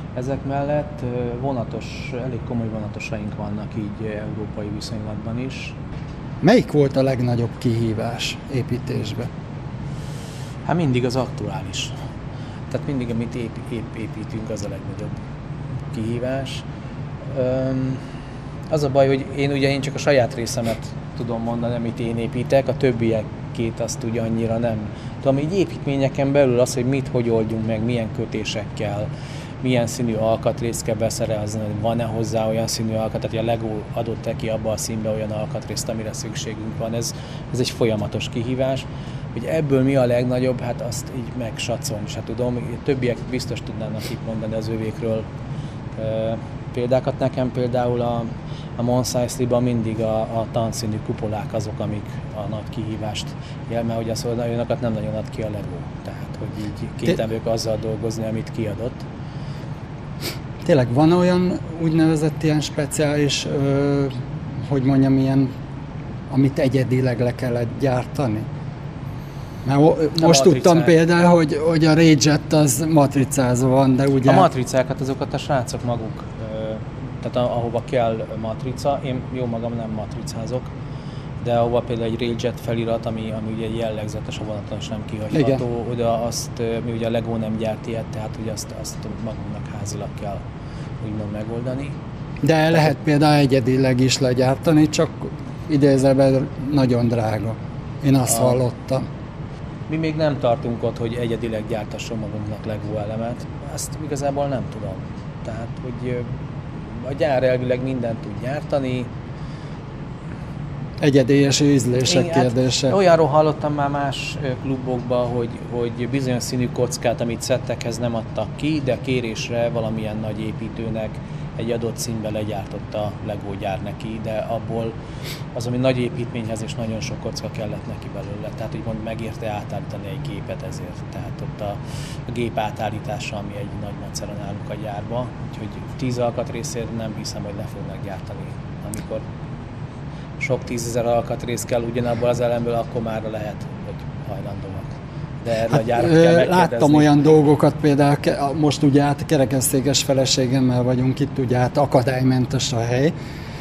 Ezek mellett vonatos, elég komoly vonatosaink vannak így európai viszonylatban is. Melyik volt a legnagyobb kihívás építésben? Hát mindig az aktuális. Tehát mindig, amit ép, ép, építünk, az a legnagyobb kihívás. Öm, az a baj, hogy én ugye én csak a saját részemet tudom mondani, amit én építek, a többiekét azt ugye annyira nem. Tudom, így építményeken belül az, hogy mit, hogy oldjunk meg, milyen kötésekkel, milyen színű alkatrészt kell beszerezni, van-e hozzá olyan színű alkatrész, tehát a Lego adott neki abba a színbe olyan alkatrészt, amire szükségünk van. Ez, ez egy folyamatos kihívás. Hogy ebből mi a legnagyobb, hát azt így megsatszolni se tudom. A többiek biztos tudnának itt mondani az övékről e, példákat. Nekem például a, a Mos Eisley-ban mindig a, a tanszínű kupolák azok, amik a nagy kihívást jel, mert hogy azt olyanokat nem nagyon ad ki a Lego. Tehát, hogy így kénytelen vagyok azzal dolgozni, amit kiadott. Tényleg van olyan úgynevezett ilyen speciális, ö, hogy mondjam, ilyen, amit egyedileg le kellett gyártani? Mert most tudtam például, hogy, hogy a Rage-et az matricázva van, de ugye... A matricákat azokat a srácok maguk, tehát ahova kell matrica, én jó magam nem matricázok, de ahova például egy Rage-et felirat, ami, ami ugye jellegzetes, a vonaton is nem kihagyható, oda azt, mi ugye a Lego nem gyárt ilyet, tehát ugye azt, azt magunknak házilag kell úgymond megoldani. De lehet például egyedileg is legyártani, csak idézőben nagyon drága. Én azt a... hallottam. Mi még nem tartunk ott, hogy egyedileg gyártasson magunknak Lego elemet. Ezt igazából nem tudom. Tehát, hogy a gyár elvileg mindent tud gyártani. Egyedi és ízlések Én, kérdése. Hát, olyanról hallottam már más klubokban, hogy, hogy bizonyos színű kockát, amit szettekhez nem adtak ki, de kérésre valamilyen nagy építőnek egy adott színbe legyártott a Lego gyár neki, de abból az, ami nagy építményhez és nagyon sok kocka kellett neki belőle. Tehát úgymond megérte átállítani egy gépet ezért. Tehát ott a, a gép átállítása, ami egy nagy macera nálunk a gyárba. Úgyhogy tíz alkatrészért nem hiszem, hogy le fognak gyártani. Amikor sok tízezer alkatrész kell ugyanabból az elemből, akkor már lehet, hogy hajlandóak. De hát, a gyárat kell megkérdezni. Láttam olyan dolgokat, például most ugye át kerekesszékes feleségemmel vagyunk itt, ugye hát akadálymentes a hely,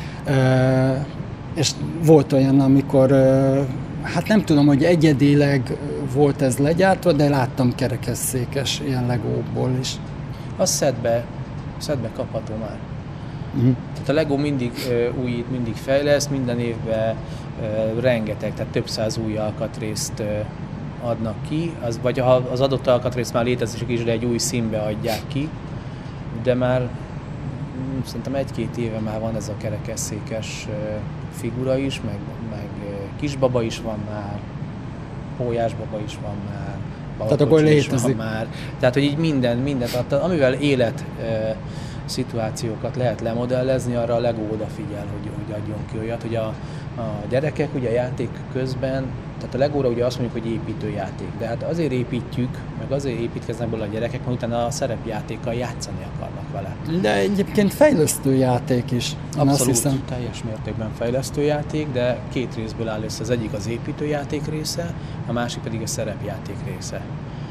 és volt olyan, amikor, hát nem tudom, hogy egyedileg volt ez legyártva, de láttam kerekesszékes ilyen Legóból is. Az szedbe, szedbe kapható már. Uh-huh. Tehát a Lego mindig uh, újít, mindig fejleszt, minden évben uh, rengeteg, tehát több száz új alkatrészt uh, adnak ki, az, vagy ha az adott alkatrész már létezik is, de egy új színbe adják ki, de már mm, szerintem egy-két éve már van ez a kerekesszékes uh, figura is, meg, meg uh, kisbaba is van már, pólyásbaba is van már, babakocsi is van már. Tehát, hogy így minden, minden, amivel élet uh, szituációkat lehet lemodellezni, arra a Lego odafigyel, hogy, hogy adjon ki olyat, hogy a, a gyerekek ugye a játék közben, tehát a Legóra ugye azt mondjuk, hogy építőjáték, de hát azért építjük, meg azért építkeznek belőle a gyerekek, mert utána a szerepjátékkal játszani akarnak vele. De egyébként fejlesztő játék is. Abszolút, azt hiszem. Teljes mértékben fejlesztő játék, de két részből áll össze. Az egyik az építőjáték része, a másik pedig a szerepjáték része.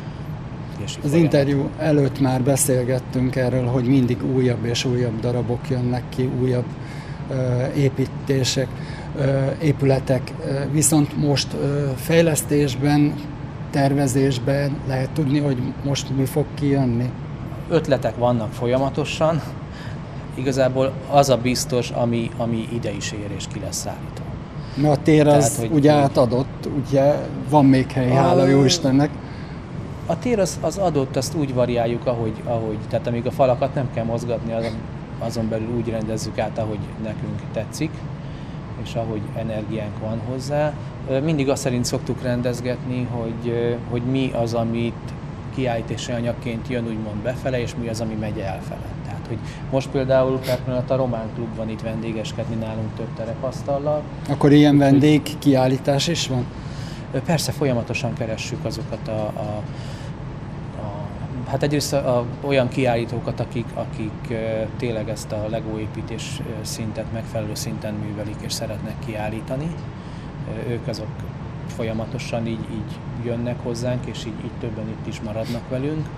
Az interjú előtt már beszélgettünk erről, hogy mindig újabb és újabb darabok jönnek ki, újabb uh, építések, uh, épületek, uh, viszont most uh, fejlesztésben, tervezésben lehet tudni, hogy most mi fog kijönni? Ötletek vannak folyamatosan, igazából az a biztos, ami, ami ide is ér és ki lesz szállítva. Na a tér az Tehát, ugye átadott, ugye van még hely, hála jó Istennek. A tér az, az adott, azt úgy variáljuk, ahogy, ahogy, tehát amíg a falakat nem kell mozgatni, azon, azon belül úgy rendezzük át, ahogy nekünk tetszik, és ahogy energiánk van hozzá. Mindig azt szerint szoktuk rendezgetni, hogy, hogy mi az, amit kiállítási anyagként jön úgymond befele, és mi az, ami megy elfele. Tehát, hogy most például a Román Klub van itt vendégeskedni nálunk több terepasztallal. Akkor ilyen vendég kiállítás is van? Persze, folyamatosan keressük azokat a, a, a hát egyrészt a, a, olyan kiállítókat, akik, akik e, tényleg ezt a Lego építés szintet megfelelő szinten művelik és szeretnek kiállítani. E, ők azok folyamatosan így, így jönnek hozzánk, és így, így többen itt is maradnak velünk.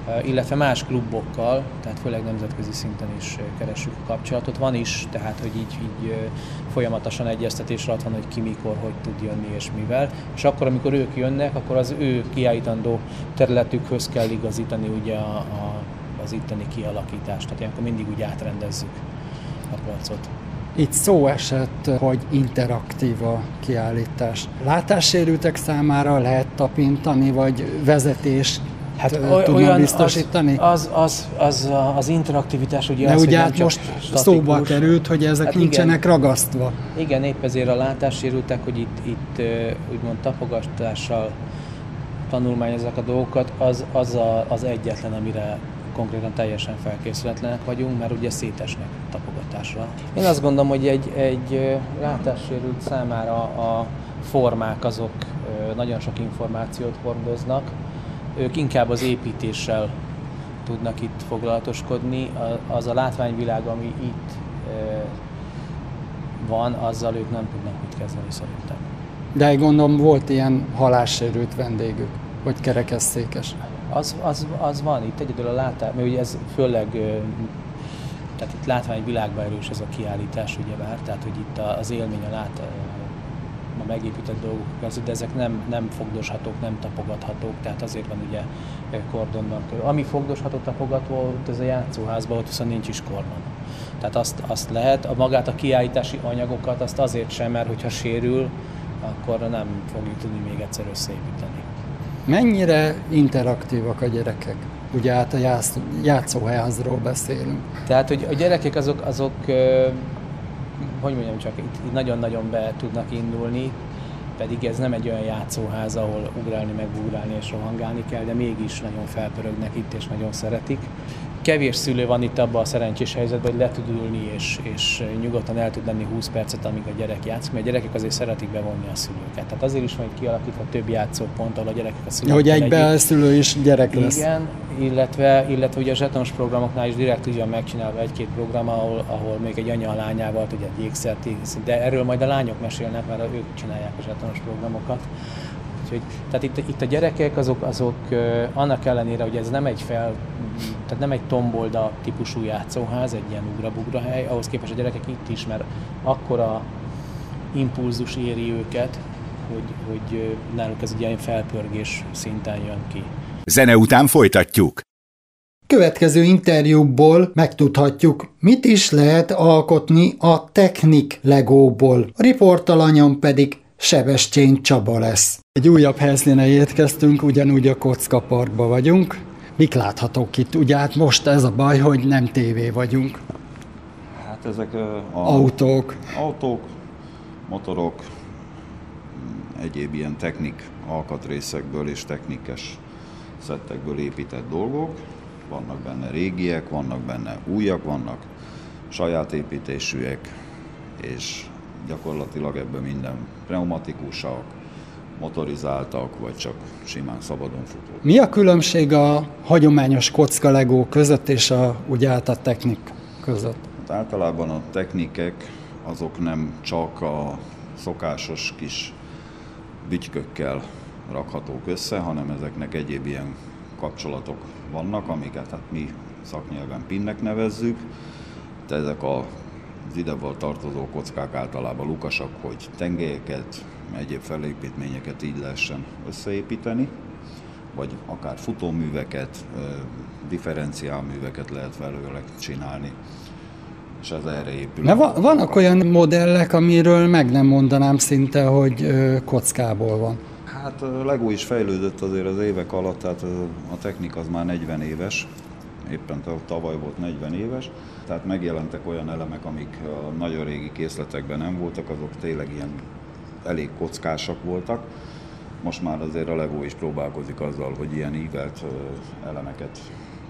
illetve más klubokkal, tehát főleg nemzetközi szinten is keressük a kapcsolatot. Van is, tehát hogy így, így folyamatosan egyeztetésre ott van, hogy ki mikor, hogy tud jönni és mivel. És akkor, amikor ők jönnek, akkor az ő kiállítandó területükhöz kell igazítani ugye a, a, az itteni kialakítást. Tehát ilyenkor mindig úgy átrendezzük a placot. Itt szó esett, hogy interaktív a kiállítás. Látássérültek számára lehet tapintani, vagy vezetés hát tudnak biztosítani? Az, az, az, az, az interaktivitás ugye de az, ugye hogy hát most statikus. Szóba került, hogy ezek hát nincsenek igen, ragasztva. Igen, épp ezért a látássérültek, hogy itt, itt úgymond tapogatással tanulmányozzák a dolgokat, az, az a, az egyetlen, amire konkrétan teljesen felkészületlenek vagyunk, mert ugye szétesnek tapogatásra. Én azt gondolom, hogy egy, egy látássérült számára a formák azok nagyon sok információt hordoznak, ők inkább az építéssel tudnak itt foglalatoskodni, az a látványvilág, ami itt van, azzal ők nem tudnak mit kezdeni szerintem. De gondolom volt ilyen halássérült vendégük, hogy kerekesszékes. Az, az, az van itt egyedül a látás, mert ugye ez főleg, tehát itt látványvilágban erős ez a kiállítás, ugyebár, tehát hogy itt az élmény, a lát, a megépített dolgok között, de ezek nem, nem fogdoshatók, nem tapogathatók, tehát azért van ugye kordonban körül. Ami fogdosható, tapogató, ez a játszóházban, ott viszont nincs is kordon. Tehát azt, azt lehet, a magát a kiállítási anyagokat, azt azért sem, mert hogyha sérül, akkor nem fogjuk tudni még egyszer összeépíteni. Mennyire interaktívak a gyerekek? Ugye hát a játszóházról beszélünk. Tehát, hogy a gyerekek azok, azok hogy mondjam csak, itt nagyon-nagyon be tudnak indulni, pedig ez nem egy olyan játszóház, ahol ugrálni, megugrálni és rohangálni kell, de mégis nagyon felpörögnek itt és nagyon szeretik. Kevés szülő van itt abban a szerencsés helyzetben, hogy le tud ülni és, és nyugodtan el tud lenni húsz percet, amíg a gyerek játszik, mert a gyerekek azért szeretik bevonni a szülőket. Tehát azért is van itt kialakítva több játszópont, ahol a gyerekek a szülők. Hogy egyben a szülő is gyerek lesz. Igen, illetve, illetve ugye a zsetonos programoknál is direkt úgy van megcsinálva egy-két program, ahol, ahol még egy anya a lányával tud egy ékszert, de erről majd a lányok mesélnek, mert ők csinálják a zsetonos programokat. Úgyhogy, tehát itt, itt a gyerekek azok, azok annak ellenére, hogy ez nem egy fel, tehát nem egy tombolda típusú játszóház, egy ilyen ugra-bugra hely, ahhoz képest a gyerekek itt is, mert akkora impulzus éri őket, hogy, hogy náluk ez egy ilyen felpörgés szinten jön ki. Zene után folytatjuk. Következő interjúból megtudhatjuk, mit is lehet alkotni a Technic Legóból. A riportalanyom pedig Sebestyén Csaba lesz. Egy újabb helyszínen érkeztünk, ugyanúgy a Kockaparkba vagyunk. Mik láthatók itt? Ugye hát most ez a baj, hogy nem tévé vagyunk. Hát ezek a autók, autók, motorok, egyéb ilyen technik alkatrészekből és technikes szettekből épített dolgok. Vannak benne régiek, vannak benne újak, vannak saját építésűek, és gyakorlatilag ebben minden pneumatikusak, motorizáltak, vagy csak simán szabadon futó. Mi a különbség a hagyományos kocka Legó között és a, ugye át a Technic között? Hát általában a technikek azok nem csak a szokásos kis bütykökkel rakhatók össze, hanem ezeknek egyéb ilyen kapcsolatok vannak, amiket hát mi szaknyelven pinnek nevezzük. De ezek a az ideből tartozó kockák általában lukasak, hogy tengelyeket, egyéb felépítményeket így lehessen összeépíteni, vagy akár futóműveket, differenciálműveket lehet belőle csinálni, és ez erre épül. Na, van, vannak olyan modellek, amiről meg nem mondanám szinte, hogy kockából van. Hát a Lego is fejlődött azért az évek alatt, tehát a Technic az már negyven éves, éppen tavaly volt negyven éves, tehát megjelentek olyan elemek, amik a nagyon régi készletekben nem voltak, azok tényleg ilyen elég kockásak voltak. Most már azért a Lego is próbálkozik azzal, hogy ilyen ívelt elemeket,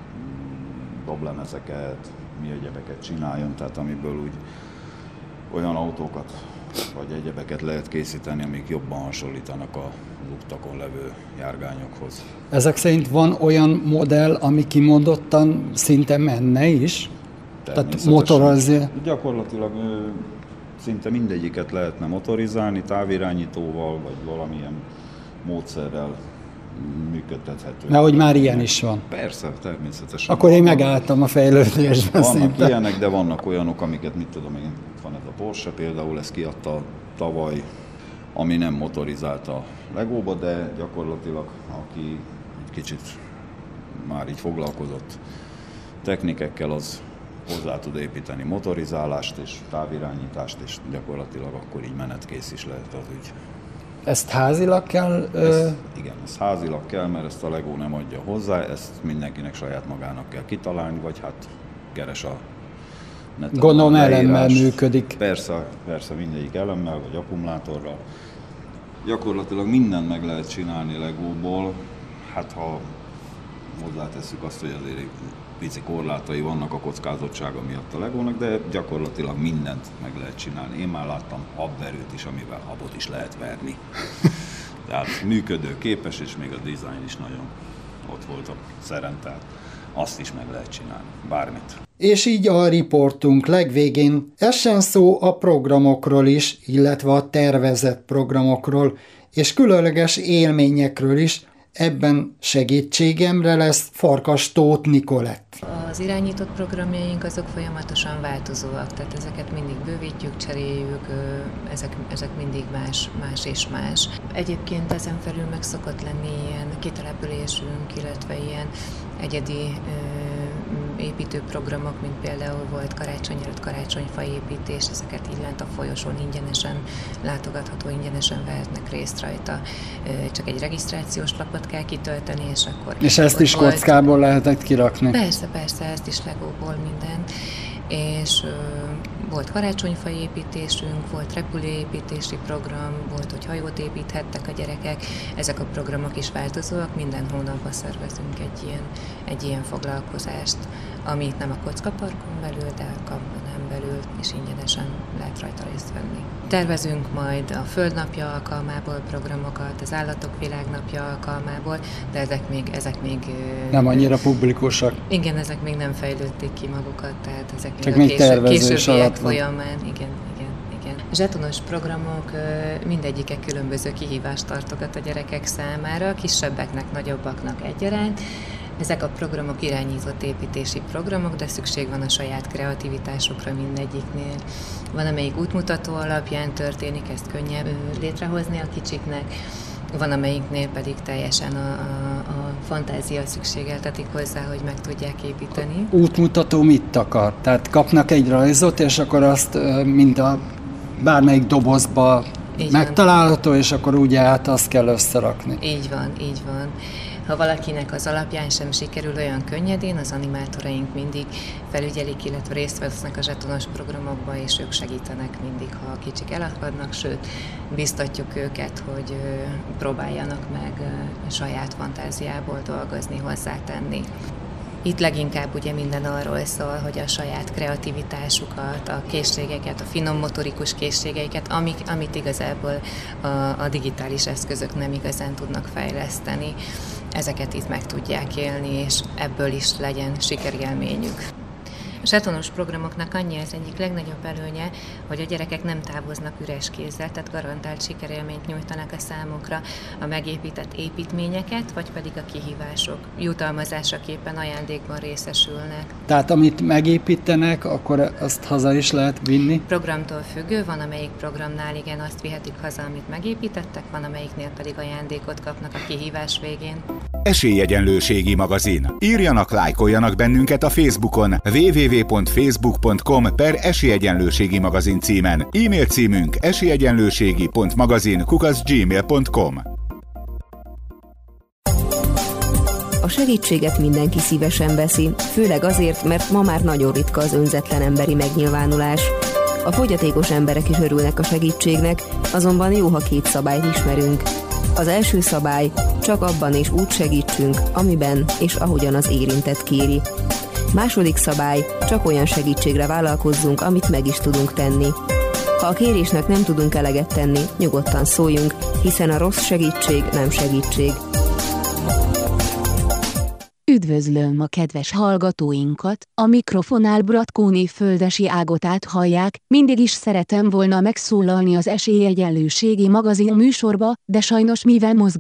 doblemezeket, mi egyebeket csináljon, tehát amiből úgy olyan autókat vagy egyebeket lehet készíteni, amik jobban hasonlítanak a utakon levő járgányokhoz. Ezek szerint van olyan modell, ami kimondottan szinte menne is? Tehát motorozzi? Gyakorlatilag szinte mindegyiket lehetne motorizálni, távirányítóval, vagy valamilyen módszerrel működtethető. Na, hogy már ilyen is van. Persze, természetesen. Akkor én megálltam a fejlődésben. Vannak szinte. ilyenek, de vannak olyanok, amiket, mit tudom én, itt van ez a Porsche például, ezt kiadta tavaly, ami nem motorizált a Legóba, de gyakorlatilag aki egy kicsit már így foglalkozott technikekkel, az hozzá tud építeni motorizálást és távirányítást, és gyakorlatilag akkor így menetkész is lehet az ügy. Ezt házilag kell? Ö... Ezt, igen, ezt házilag kell, mert ezt a Lego nem adja hozzá, ezt mindenkinek saját magának kell kitalálni, vagy hát keres a neten. Gondolom elemmel működik. Persze, persze mindegyik elemmel, vagy akkumulátorral. Gyakorlatilag mindent meg lehet csinálni Legóból, hát ha hozzátesszük azt, hogy azért pici korlátai vannak a kockázottsága miatt a Legónak, de gyakorlatilag mindent meg lehet csinálni. Én már láttam habverőt is, amivel habot is lehet verni. Tehát működő, képes, és még a design is nagyon ott volt a szeren, tehát azt is meg lehet csinálni, bármit. És így a riportunk legvégén essen szó a programokról is, illetve a tervezett programokról, és különleges élményekről is. Ebben segítségemre lesz Farkas Tóth Nikolett. Az irányított programjaink azok folyamatosan változóak, tehát ezeket mindig bővítjük, cseréljük, ezek, ezek mindig más, más és más. Egyébként ezen felül meg szokott lenni ilyen kitelepülésünk, illetve ilyen egyedi építőprogramok, mint például volt karácsony előtt karácsonyfa építés, ezeket így lent a folyosón ingyenesen látogatható, ingyenesen vehetnek részt rajta. Csak egy regisztrációs lapot kell kitölteni, és akkor... És ezt is volt... kockából lehetett kirakni? Persze, persze, ezt is Legóból minden. És ö, volt karácsonyfa építésünk, volt repülőépítési program, volt, hogy hajót építhettek a gyerekek. Ezek a programok is változóak, minden hónapban szervezünk egy ilyen, egy ilyen foglalkozást, amit nem a kockaparkon belül, de a kampánán belül is ingyenesen lehet rajta részt venni. Tervezünk majd a Földnapja alkalmából programokat, az Állatok Világnapja alkalmából, de ezek még, ezek még nem annyira publikusak. Igen, ezek még nem fejlődték ki magukat, tehát ezek Csak még a késő, későbbiek van. folyamán, igen, igen, igen. Zsetonos programok mindegyike különböző kihívást tartogat a gyerekek számára, kisebbeknek, nagyobbaknak egyaránt. Ezek a programok irányított építési programok, de szükség van a saját kreativitásukra mindegyiknél. Van, amelyik útmutató alapján történik, ezt könnyebb létrehozni a kicsiknek, van, amelyiknél pedig teljesen a, a, a fantázia szükségeltetik hozzá, hogy meg tudják építeni. Útmutató mit akar? Tehát kapnak egy rajzot, és akkor azt mind a bármelyik dobozba így megtalálható, van. És akkor úgy át azt kell összerakni. Így van, így van. Ha valakinek az alapján sem sikerül olyan könnyedén, az animátoraink mindig felügyelik, illetve részt vesznek a zsetonos programokba, és ők segítenek mindig, ha a kicsik elakadnak, sőt, biztatjuk őket, hogy próbáljanak meg saját fantáziából dolgozni, hozzátenni. Itt leginkább ugye minden arról szól, hogy a saját kreativitásukat, a készségeket, a finom motorikus készségeiket, amik, amit igazából a, a digitális eszközök nem igazán tudnak fejleszteni, ezeket itt meg tudják élni, és ebből is legyen sikerélményük. A zsetonos programoknak annyi az egyik legnagyobb előnye, hogy a gyerekek nem távoznak üres kézzel, tehát garantált sikerélményt nyújtanak a számukra a megépített építményeket, vagy pedig a kihívások jutalmazásaképpen ajándékban részesülnek. Tehát amit megépítenek, akkor azt haza is lehet vinni? Programtól függő, van amelyik programnál igen, azt vihetik haza, amit megépítettek, van amelyiknél pedig ajándékot kapnak a kihívás végén. Esélyegyenlőségi magazin. Írjanak, lájkoljanak bennünket a Facebookon double-u double-u double-u pont facebook pont com per Esélyegyenlőségi magazin címen. E-mail címünk esélyegyenlőségi pont magazin kukac gmail pont com. A segítséget mindenki szívesen veszi, főleg azért, mert ma már nagyon ritka az önzetlen emberi megnyilvánulás. A fogyatékos emberek is örülnek a segítségnek, azonban jó, ha két szabályt ismerünk. Az első szabály, csak abban és úgy segítsünk, amiben és ahogyan az érintett kéri. Második szabály, csak olyan segítségre vállalkozzunk, amit meg is tudunk tenni. Ha a kérésnek nem tudunk eleget tenni, nyugodtan szóljunk, hiszen a rossz segítség nem segítség. Üdvözlöm a kedves hallgatóinkat, a mikrofonnál Bratkóné Földesi Ágotát hallják, mindig is szeretem volna megszólalni az Esélyegyenlőségi magazin műsorba, de sajnos mivel mozgás,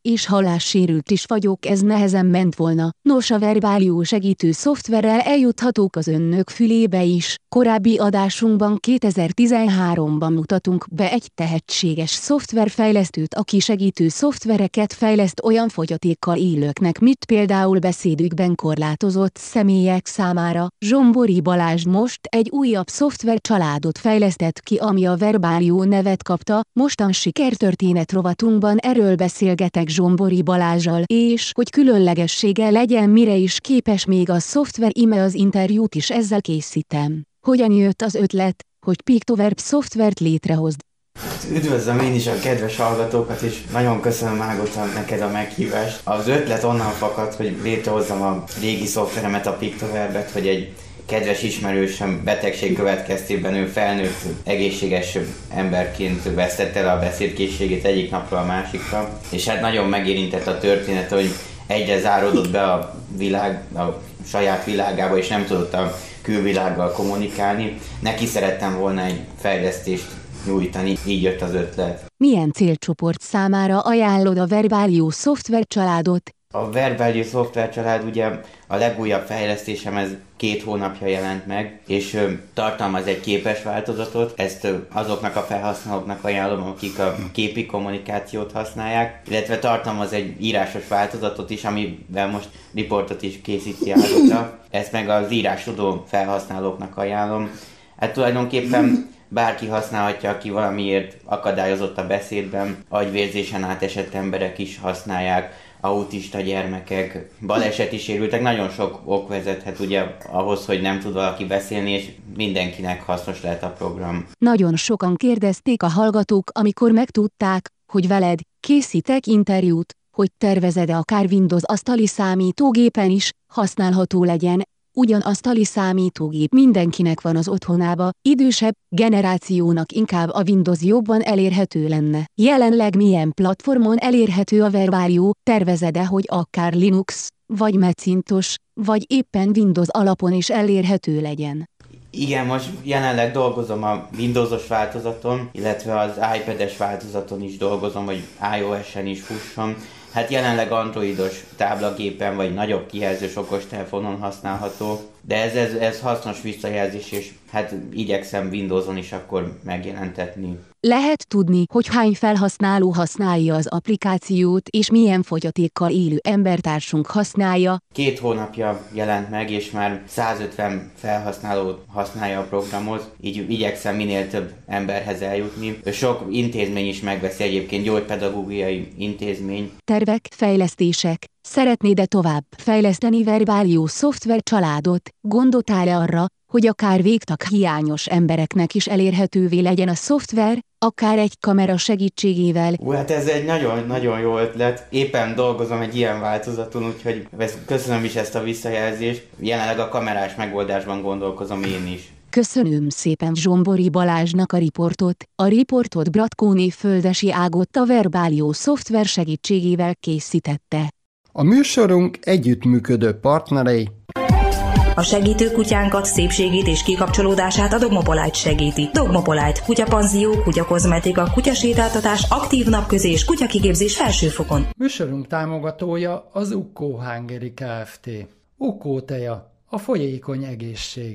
és hallássérült is vagyok, ez nehezen ment volna. Nos, a Verbálió segítő szoftverrel eljuthatók az önök fülébe is. Korábbi adásunkban kétezer-tizenháromban mutatunk be egy tehetséges szoftverfejlesztőt, aki segítő szoftvereket fejleszt olyan fogyatékkal élőknek, mint például beszédükben korlátozott személyek számára. Zsombori Balázs most egy újabb szoftvercsaládot fejlesztett ki, ami a Verbálió nevet kapta. Mostan sikertörténet rovatunkban erről beszélgetek Zsombori Balázsal, és hogy különlegessége legyen, mire is képes még a szoftver, íme az interjút is ezzel készítem. Hogyan jött az ötlet, hogy Pictoverb szoftvert létrehozd? Üdvözlöm én is a kedves hallgatókat, és nagyon köszönöm, Ágota, neked a meghívást. Az ötlet onnan fakadt, hogy létrehozzam a régi szoftveremet, a Pictoverbet, hogy egy kedves ismerősöm betegség következtében ő felnőtt, egészséges emberként vesztette el a beszédkészségét egyik napról a másikra, és hát nagyon megérintett a történet, hogy egyre záródott be a világ, a saját világába, és nem tudott a külvilággal kommunikálni. Neki szerettem volna egy fejlesztést nyújtani, így jött az ötlet. Milyen célcsoport számára ajánlod a Verbálió szoftvercsaládot? A Verbálió szoftvercsalád ugye a legújabb fejlesztésem, ez két hónapja jelent meg, és ö, tartalmaz egy képes változatot. Ezt ö, azoknak a felhasználóknak ajánlom, akik a képi kommunikációt használják, illetve tartalmaz egy írásos változatot is, amivel most riportot is készíti Ágota. Ezt meg az írás tudó felhasználóknak ajánlom. Hát tulajdonképpen bárki használhatja, aki valamiért akadályozott a beszédben, agyvérzésen átesett emberek is használják, autista gyermekek, baleseti sérültek, nagyon sok ok vezethet ugye ahhoz, hogy nem tud valaki beszélni, és mindenkinek hasznos lehet a program. Nagyon sokan kérdezték a hallgatók, amikor megtudták, hogy veled készítek interjút, hogy tervezed-e akár Windows asztali számítógépen is használható legyen. Ugyan asztali számítógép mindenkinek van az otthonába, idősebb generációnak inkább a Windows jobban elérhető lenne. Jelenleg milyen platformon elérhető a Verbálió? Tervezed-e, hogy akár Linux, vagy Macintosh, vagy éppen Windows alapon is elérhető legyen? Igen, most jelenleg dolgozom a Windowsos változaton, illetve az iPad-es változaton is dolgozom, hogy iOS-en is fusson. Hát jelenleg androidos táblagépen vagy nagyobb kijelzős okostelefonon használható, de ez, ez, ez hasznos visszajelzés, és hát igyekszem Windowson is akkor megjelentetni. Lehet tudni, hogy hány felhasználó használja az applikációt, és milyen fogyatékkal élő embertársunk használja? Két hónapja jelent meg, és már százötven felhasználó használja a programot, így igyekszem minél több emberhez eljutni. Sok intézmény is megveszi, egyébként gyógypedagógiai intézmény. Tervek, fejlesztések. Szeretnéd-e tovább fejleszteni Verbálió szoftvercsaládot? Gondoltál-e arra, hogy akár végtag hiányos embereknek is elérhetővé legyen a szoftver, akár egy kamera segítségével? Ú, hát ez egy nagyon-nagyon jó ötlet. Éppen dolgozom egy ilyen változaton, úgyhogy köszönöm is ezt a visszajelzést. Jelenleg a kamerás megoldásban gondolkozom én is. Köszönöm szépen Zsombori Balázsnak a riportot. A riportot Bratkóné Földesi Ágota a Verbálió szoftver segítségével készítette. A műsorunk együttműködő partnerei: a segítő kutyánkat, szépségét és kikapcsolódását a Dogmopolite segíti. Dogmopolite, kutyapanzió, kutyakozmetika, kutyasétáltatás, aktív napközés, kutyakigépzés felsőfokon. Műsorunk támogatója az Ukkó Hungary Kft. Ukkó teja, a folyékony egészség.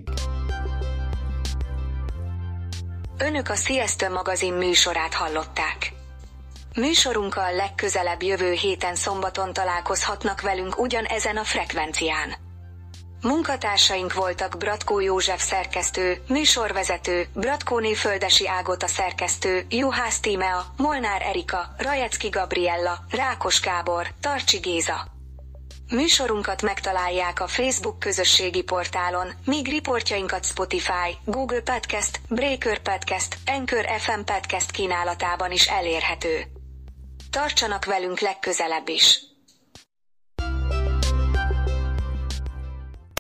Önök a Sziasztő magazin műsorát hallották. Műsorunkkal legközelebb jövő héten szombaton találkozhatnak velünk ugyanezen a frekvencián. Munkatársaink voltak Bratkó József szerkesztő, műsorvezető, Bratkóné Földesi Ágota szerkesztő, Juhász Tímea, Molnár Erika, Rajecki Gabriella, Rákos Gábor, Tarcsi Géza. Műsorunkat megtalálják a Facebook közösségi portálon, míg riportjainkat Spotify, Google Podcast, Breaker Podcast, Anchor ef em Podcast kínálatában is elérhető. Tartsanak velünk legközelebb is!